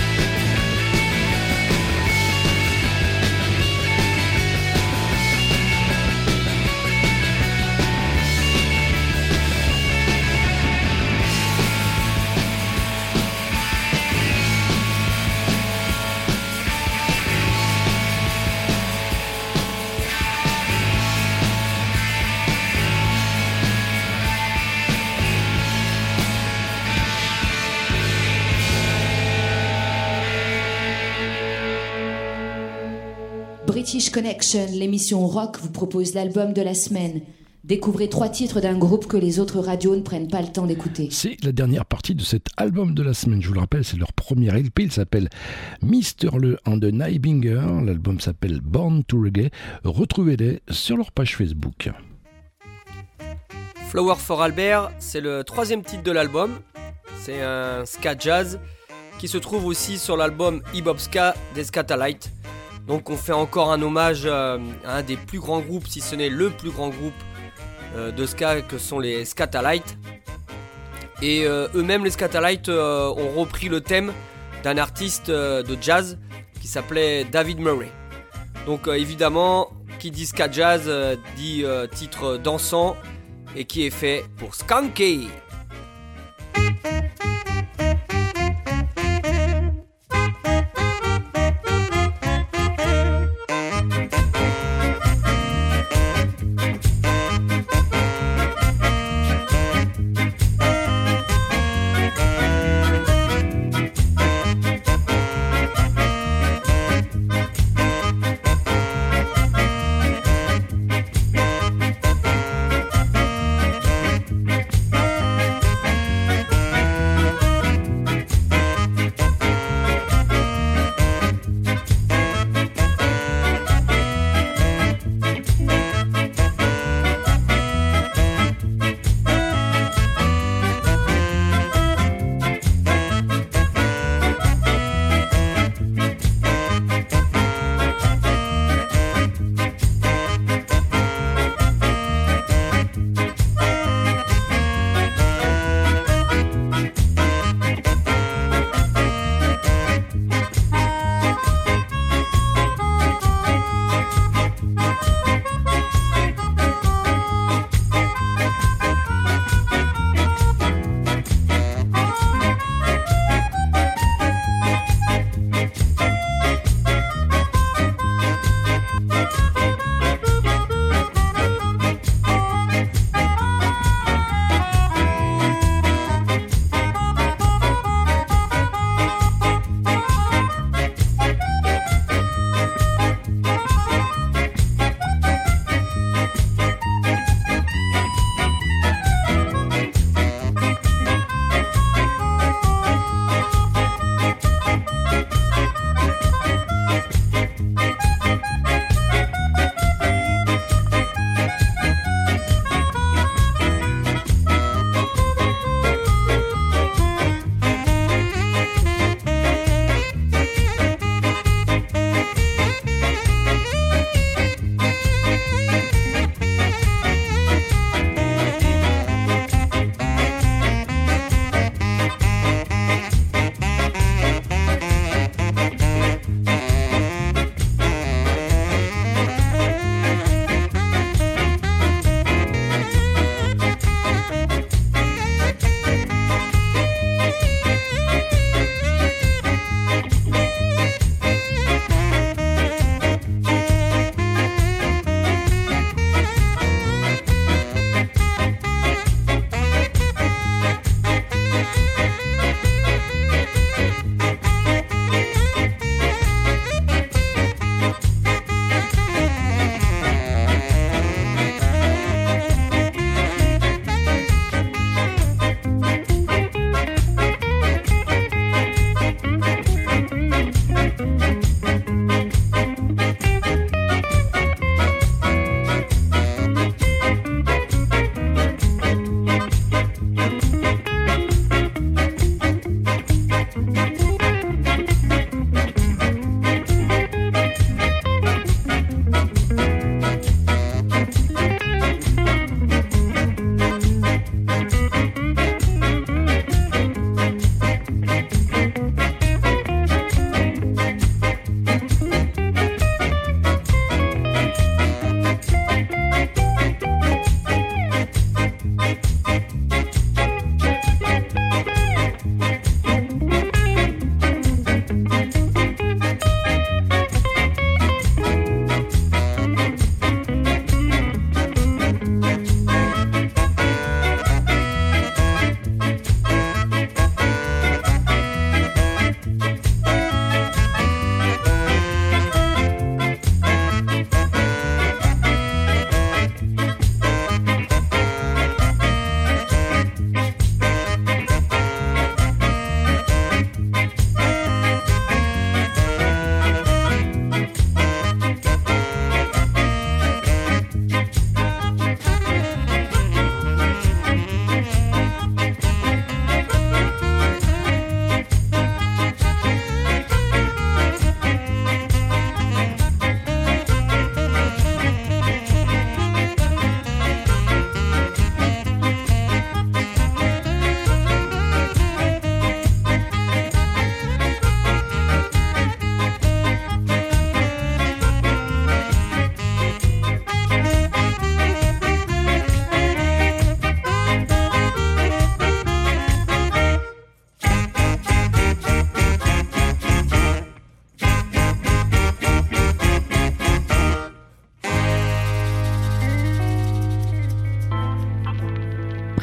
Speaker 3: British Connection, l'émission rock, vous propose l'album de la semaine. Découvrez 3 titres d'un groupe que les autres radios ne prennent pas le temps d'écouter.
Speaker 8: C'est la dernière partie de cet album de la semaine. Je vous le rappelle, c'est leur premier LP. Il s'appelle Mr. Le and the Nightbinger. L'album s'appelle Born to Reggae. Retrouvez-les sur leur page Facebook.
Speaker 11: Flower for Albert, c'est le 3e titre de l'album. C'est un ska jazz qui se trouve aussi sur l'album Hip-Hop Ska des Skatalites. Donc on fait encore un hommage à un des plus grands groupes, si ce n'est le plus grand groupe de ska que sont les Skatalites. Et eux-mêmes les Skatalites ont repris le thème d'un artiste de jazz qui s'appelait David Murray. Donc évidemment, qui dit ska jazz dit titre dansant et qui est fait pour Skanky.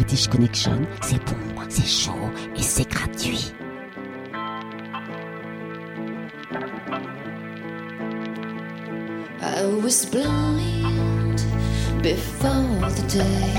Speaker 13: British Connection, c'est bon, c'est chaud et c'est gratuit.
Speaker 3: I was blind before the day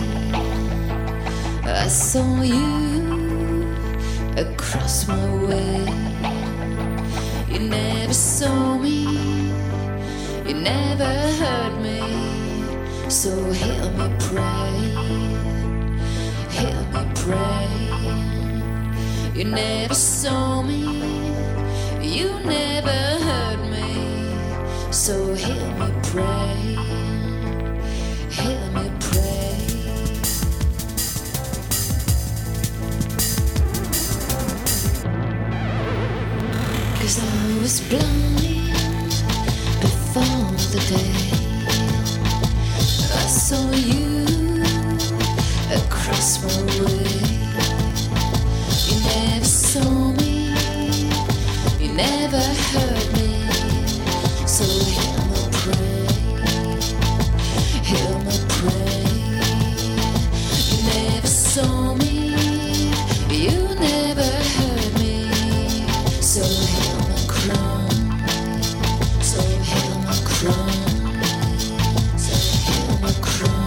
Speaker 3: I saw you across my way. You never saw me, you never heard me, so hear me pray, hear me pray. You never saw me, you never heard me, so hear me pray, hear me pray. 'Cause I was blind before the day I saw you across my way. You never saw me, you never heard me, so hear me pray, hear me pray. You never saw me, you never heard me, so hear me cry, so hear me cry, so hear me cry.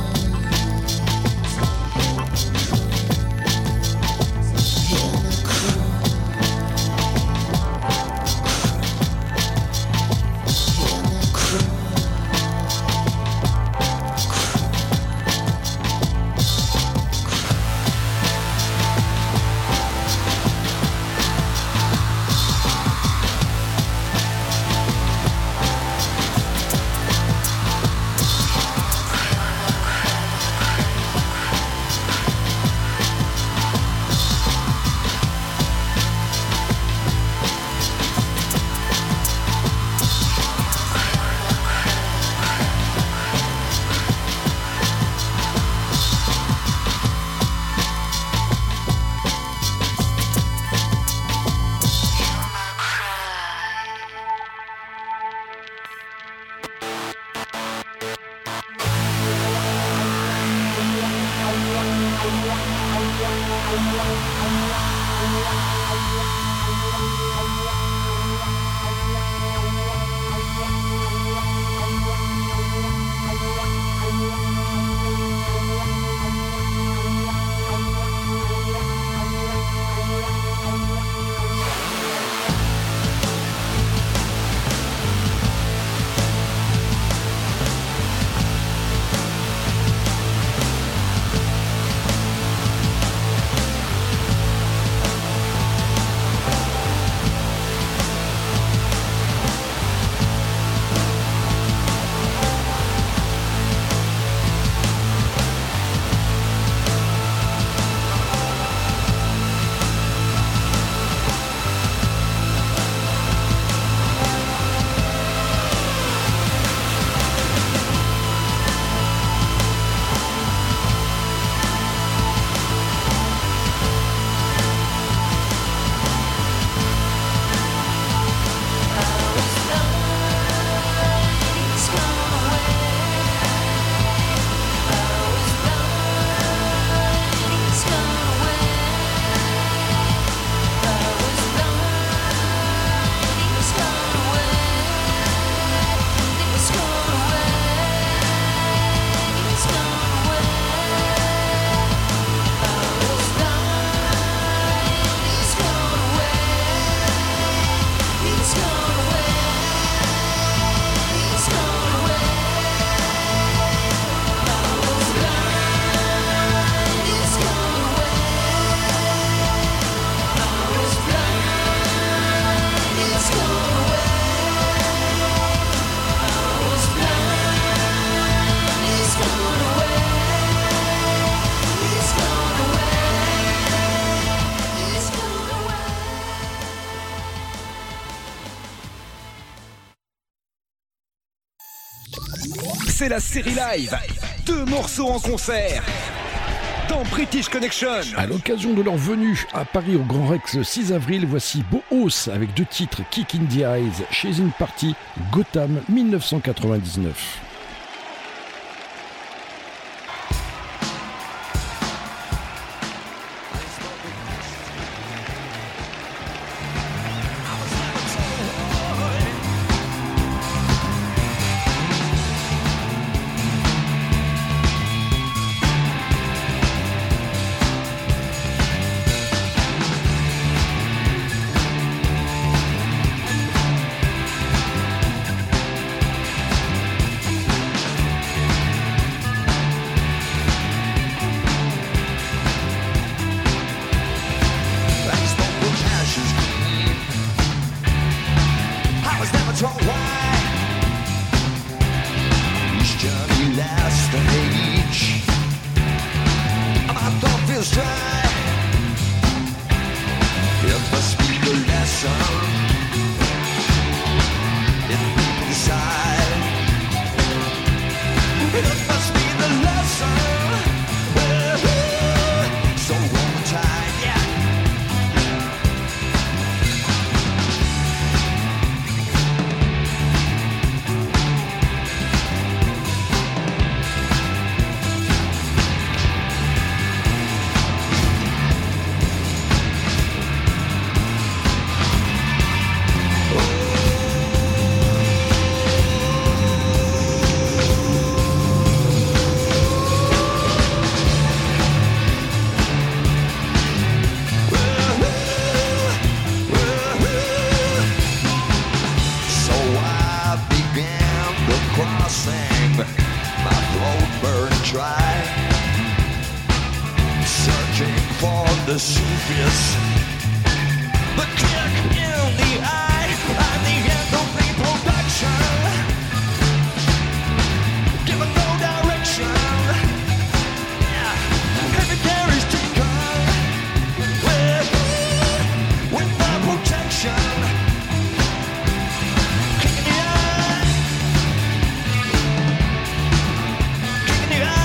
Speaker 14: C'est la série live. 2 morceaux en concert dans British Connection.
Speaker 8: À l'occasion de leur venue à Paris au Grand Rex le 6 avril, voici Boos avec 2 titres, Kick in the Eyes, Chasing Party, Gotham 1999.
Speaker 5: runs dry. It must be the lesson in people's side. It must be the lesson. So one time, yeah. The surface, the kick in the eye, and the end of reproduction, given no direction. Yeah, every care is taken with no protection. Kick in the eye, kick in the eye.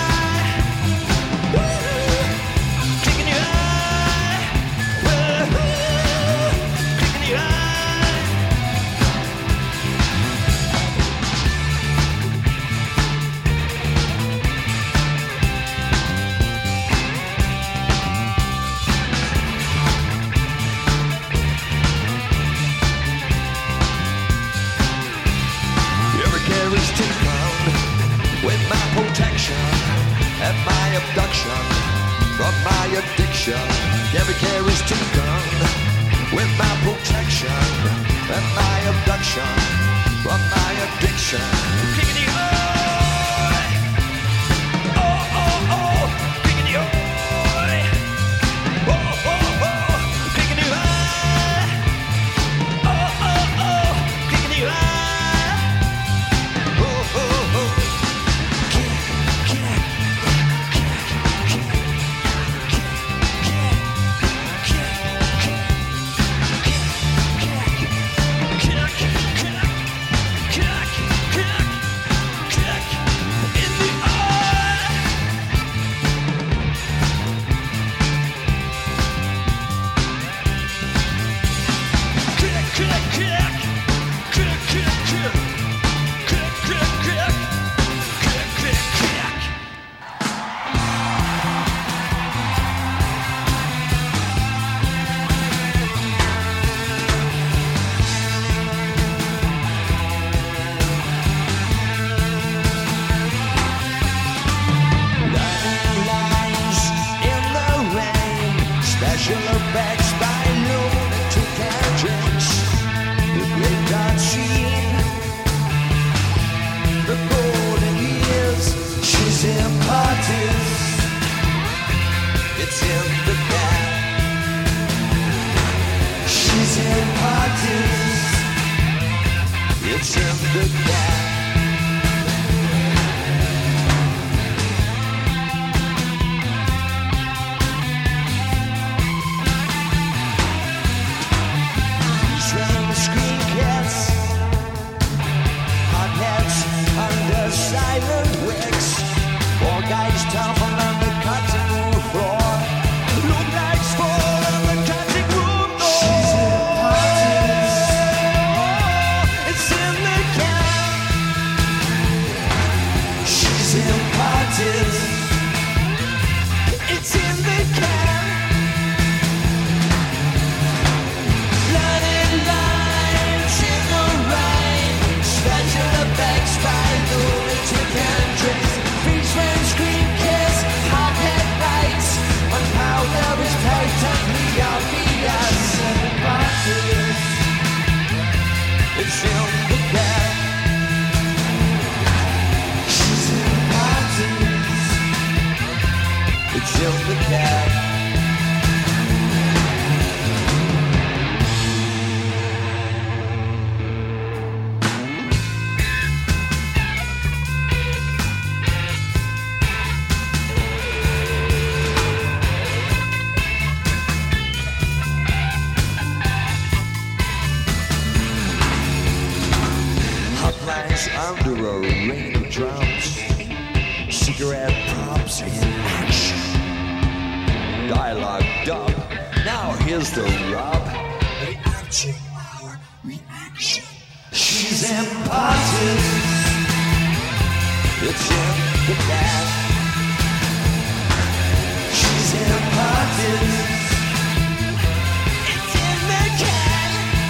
Speaker 5: And my abduction from my addiction. Every care is taken with my protection and my abduction from my addiction. Kick in the eye. Oh, oh, oh. Kick in the eye. Oh, oh, oh. Kick in the eye. Oh, oh, oh. Kick in the eye. Oh, oh, oh.
Speaker 15: props in action. Dialogue dub. Now here's the rub. Reaction, our reaction. She's imparted. It's in the cat. She's imparted. It's in the cat.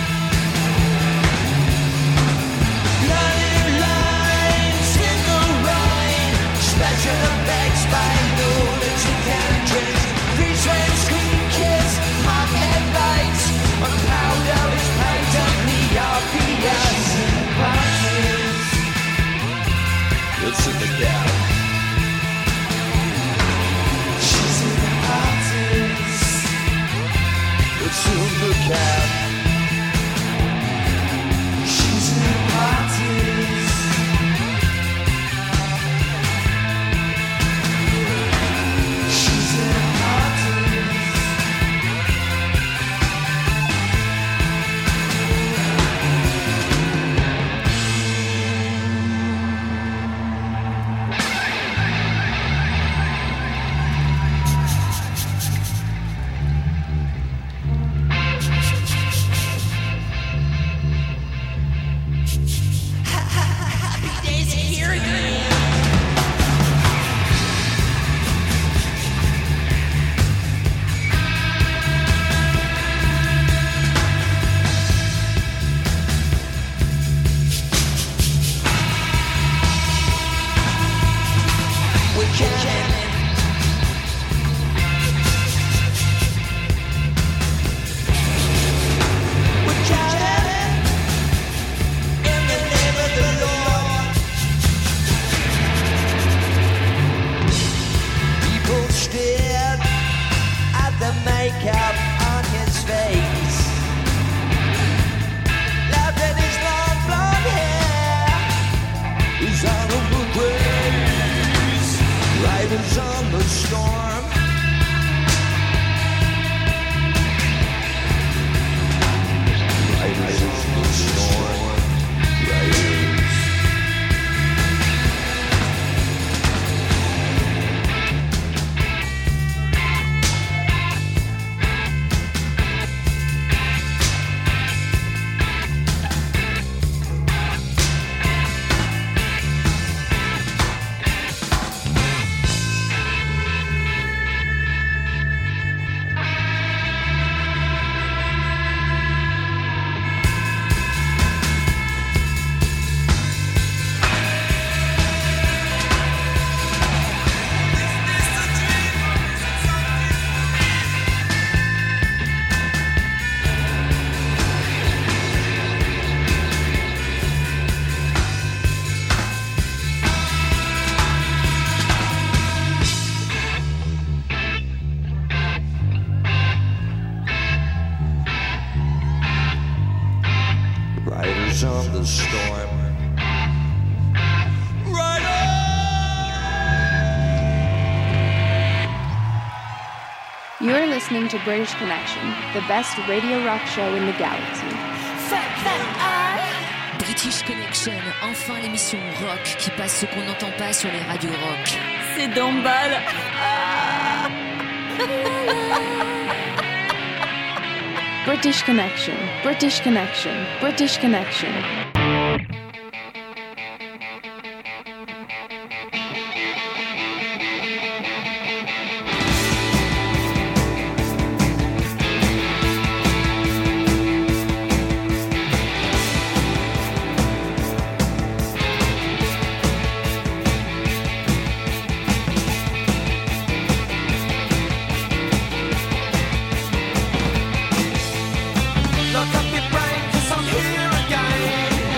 Speaker 15: Bloody lines in the rain. Splatter the bags by lunatic entrance. Retread screen kiss. Mock headlights. On the powder is paint of the obvious. It's in the gap. She's in the artist. It's in the gap. She's in the artist. She's in the artist. On the storm. Right on!
Speaker 4: You're listening to British Connection, the best radio rock show in the galaxy.
Speaker 3: British Connection, enfin l'émission rock qui passe ce qu'on n'entend pas sur les radios rock.
Speaker 16: C'est d'emballe.
Speaker 4: British Connection, British Connection, British Connection.
Speaker 15: Look up your brain, 'cause I'm here again.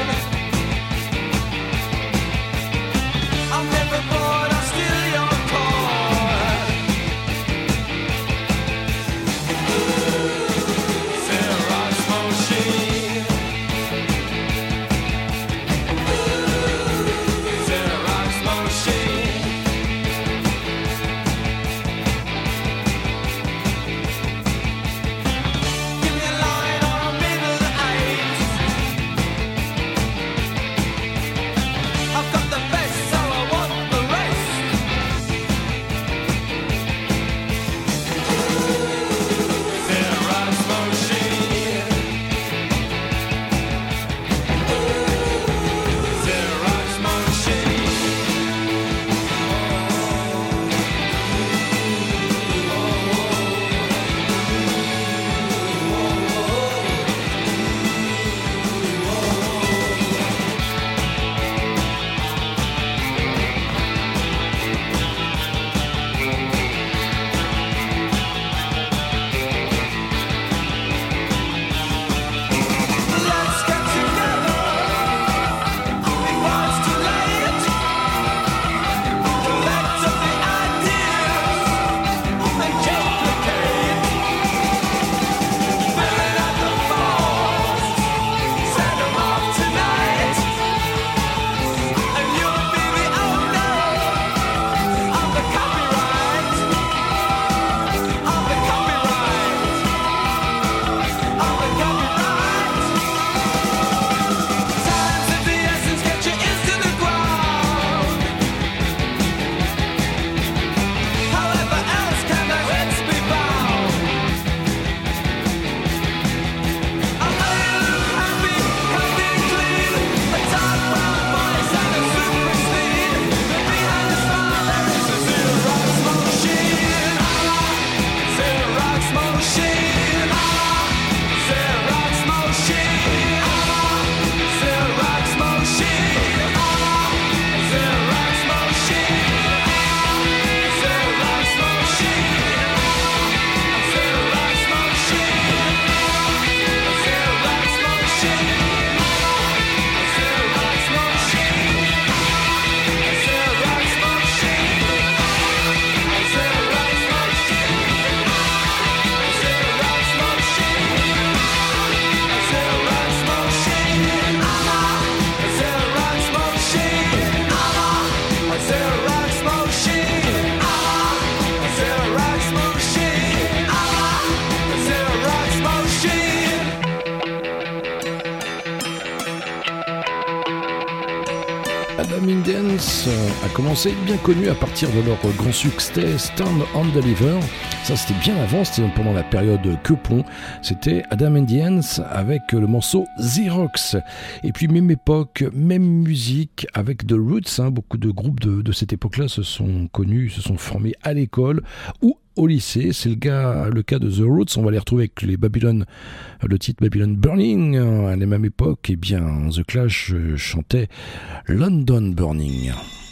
Speaker 8: commencé bien connu à partir de leur grand succès Stand and Deliver. Ça c'était bien avant, c'était pendant la période Quepon. C'était Adam and the Ants avec le morceau Xerox. Et puis même époque, même musique avec The Roots. Beaucoup de groupes de cette époque-là se sont connus, se sont formés à l'école ou au lycée. C'est le cas de The Roots. On va les retrouver avec les Babylon, le titre Babylon Burning. À la même époque, The Clash chantait London Burning.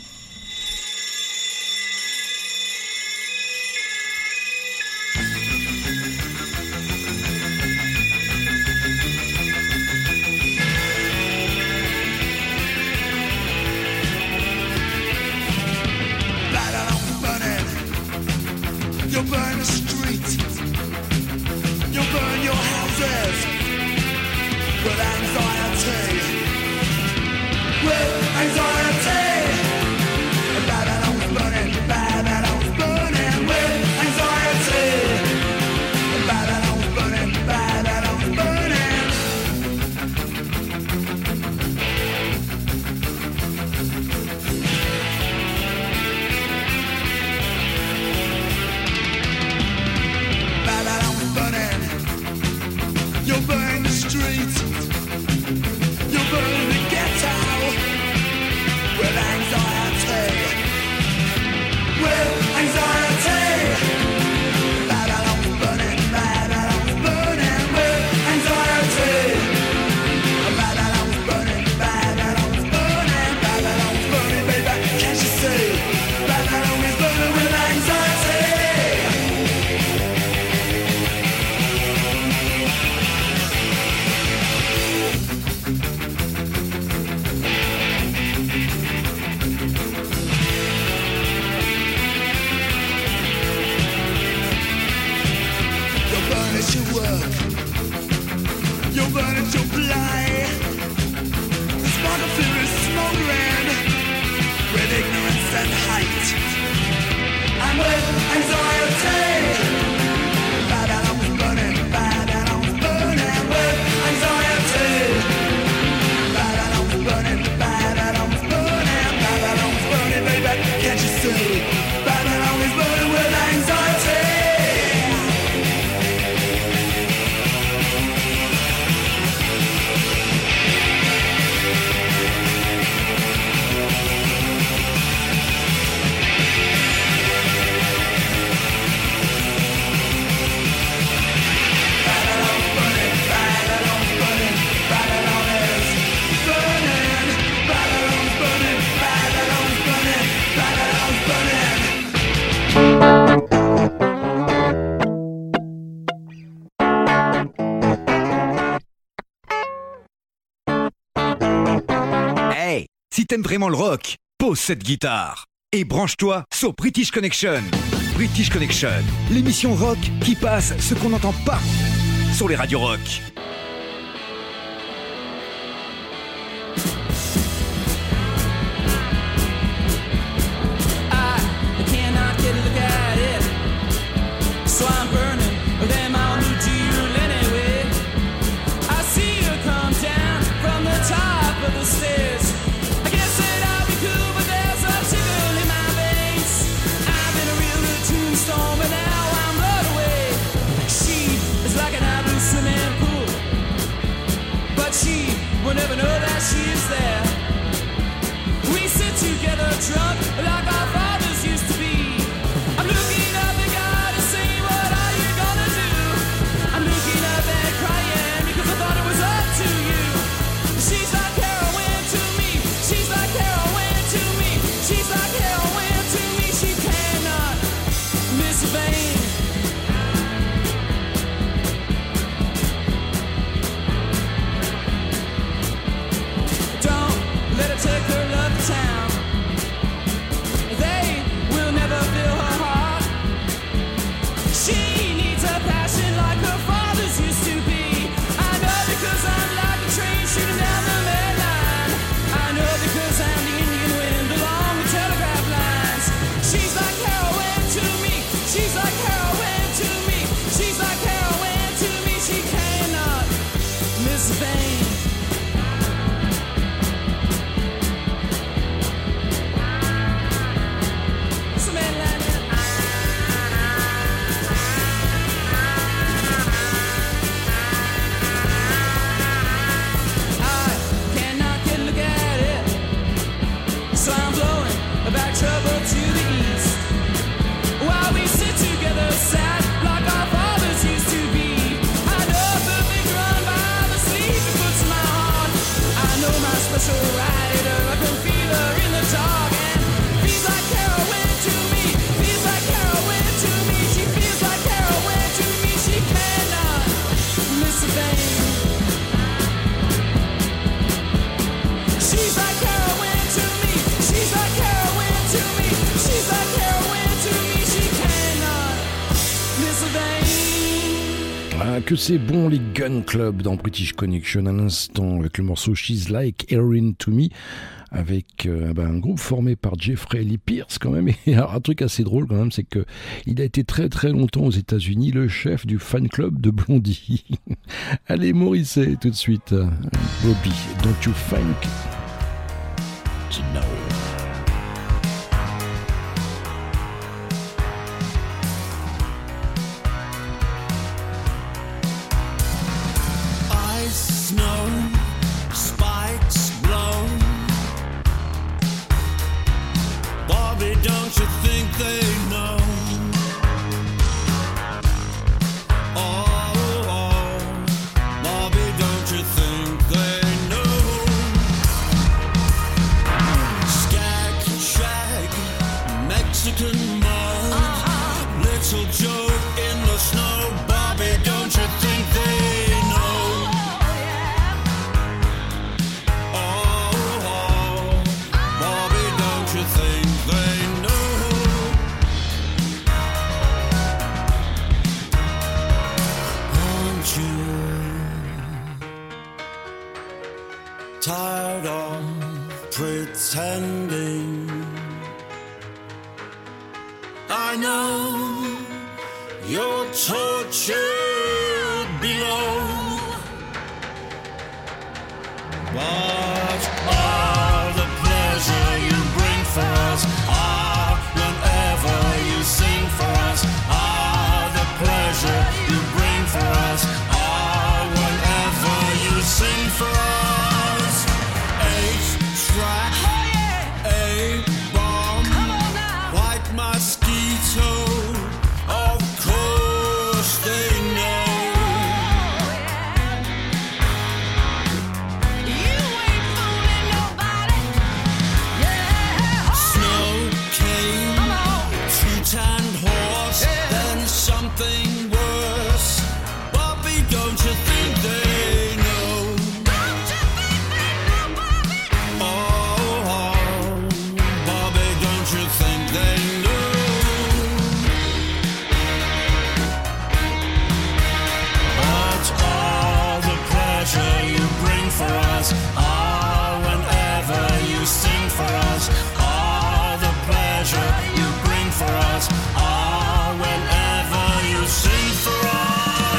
Speaker 15: You'll burn the street. You'll burn your houses with anxiety. With anxiety. Babylon's burning. Babylon's burning with anxiety. Babylon's burning. Babylon's burning. You'll burn the street. You'll burn the ghetto with anxiety. With anxiety. Babylon's burning. Babylon's burning with anxiety. Babylon's burning. Babylon's burning. Babylon's burning, baby. Can't you see? Babylon is burning with anxiety. You'll burn at your play. The spark of fear is smoldering with ignorance and hate, and with anxiety. Babylon's burning. Babylon's burning with anxiety. Babylon's burning. Babylon's burning. Babylon's burning, baby. Can't you see? Babylon is burning with anxiety.
Speaker 14: Hey, si t'aimes vraiment le rock, pose cette guitare et branche-toi sur British Connection. British Connection, l'émission rock qui passe ce qu'on n'entend pas sur les radios rock.
Speaker 15: I cannot get a look at it, so I'm burning them all new jewel anyway. I see you come down from the top of the stairs. I guess that I'll be cool, but there's a tickle in my veins. I've been a real good tombstone, but now I'm blown away. She is like an blue swimming pool, but she will never know that she is there. We sit together drunk like our fathers used to be. I'm looking up at God and saying, what are you gonna do? I'm looking up and crying because I thought it was up to you. She's like heroin to me. She's like heroin to me. She's like heroin to me. She cannot miss a vein. Don't let her take her love to town.
Speaker 8: que c'est bon les Gun Club dans British Connection à l'instant avec le morceau She's Like Heroin to Me avec un groupe formé par Jeffrey Lee Pierce quand même. Et alors, un truc assez drôle quand même, c'est que il a été très très longtemps aux États-Unis le chef du fan club de Blondie. Allez Morrissey tout de suite. Bobby, don't you think you know?
Speaker 15: Snow, spikes blow. Bobby, don't you think they know? Oh, Bobby, don't you think they know? Skag, shag, Mexican mud, little Joe in the snow. Bobby, don't you think they know? Tired of pretending. I know you're tortured below, but all the pleasure you bring for us, whenever you sing for us, all the pleasure you bring for us, whenever you sing for us. Track, a bomb, white mosquito, of course they know. You ain't fooling nobody, yeah. Snow cane, two-tanned horse, then something worse. Bobby, don't you think they know? For us, whenever you sing for us, all the pleasure you bring for us, whenever you sing for us.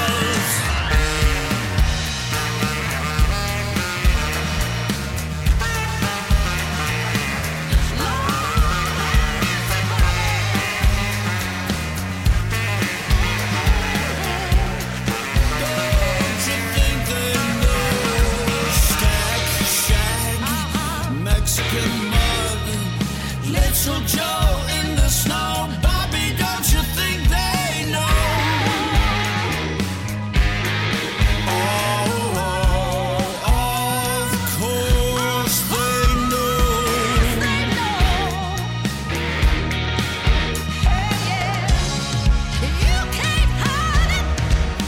Speaker 15: Little Joe in the snow, Bobby, don't you think they know? Oh, of course they know. Hey, yeah, you can't hide it.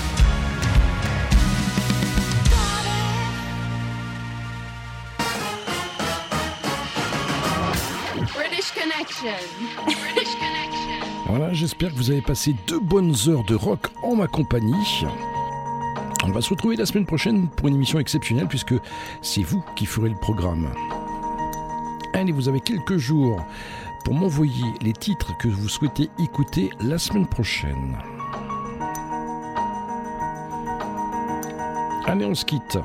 Speaker 4: British Connection. British Connection.
Speaker 8: Voilà, j'espère que vous avez passé 2 bonnes heures de rock en ma compagnie. On va se retrouver la semaine prochaine pour une émission exceptionnelle puisque c'est vous qui ferez le programme. Allez, vous avez quelques jours pour m'envoyer les titres que vous souhaitez écouter la semaine prochaine. Allez, on se quitte.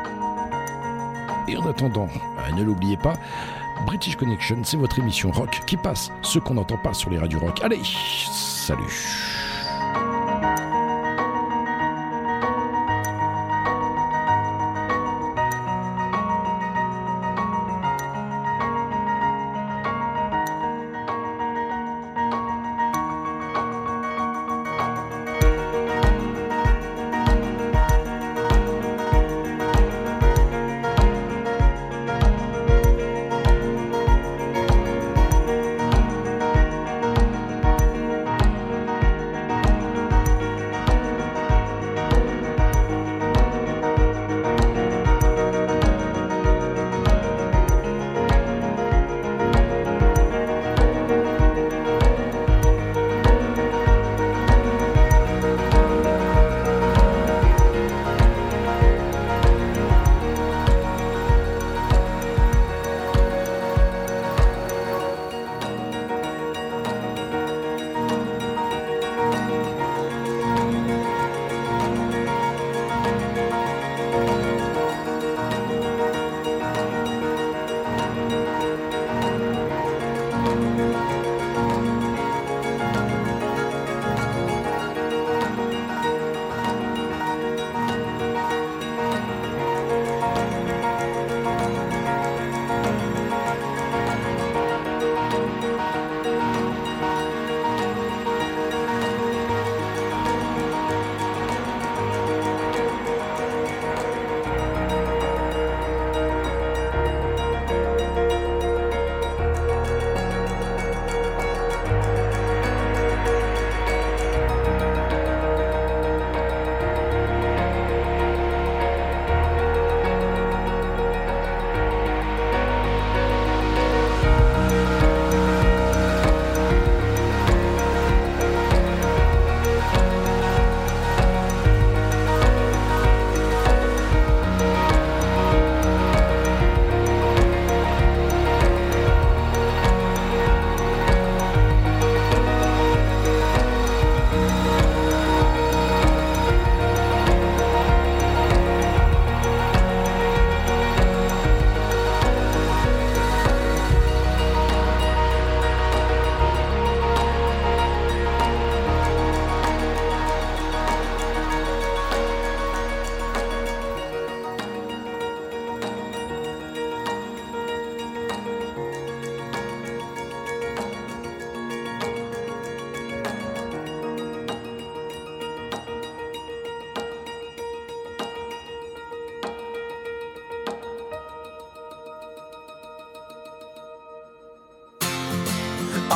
Speaker 8: Et en attendant, ne l'oubliez pas, British Connection, c'est votre émission rock qui passe ce qu'on n'entend pas sur les radios rock. Allez, salut!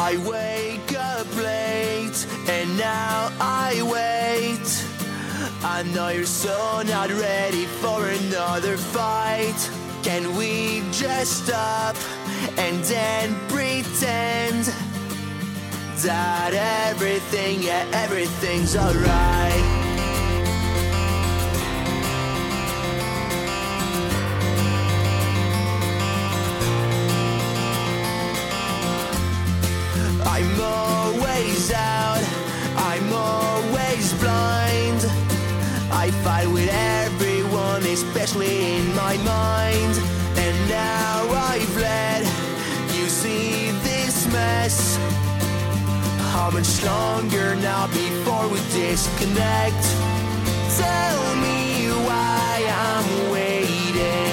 Speaker 15: I wake up late and now I wait. I know you're so not ready for another fight. Can we just stop and then pretend that everything's alright? I'm always out, I'm always blind. I fight with everyone, especially in my mind. And now I've let you see this mess. How much longer now before we disconnect? Tell me why I'm waiting.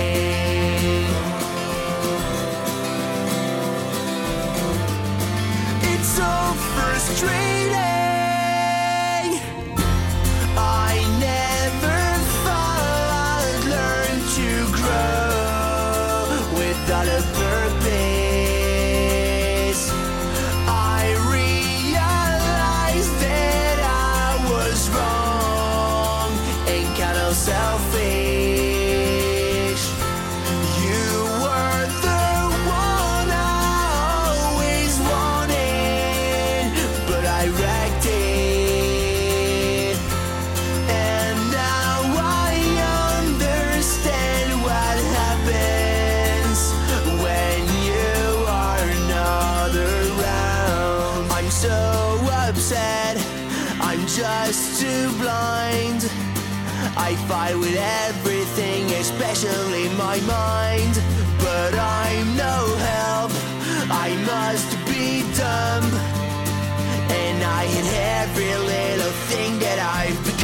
Speaker 15: It's so frustrating. I never thought I'd learn to grow without a purpose. I realized that I was wrong and kind of selfish. You were the one I always wanted, but I wrecked it. And now I understand what happens when you are not around. I'm so upset, I'm just too blind. I fight with everything, especially my mind. But I'm no help, I must be dumb. And I hate every little thing that I've been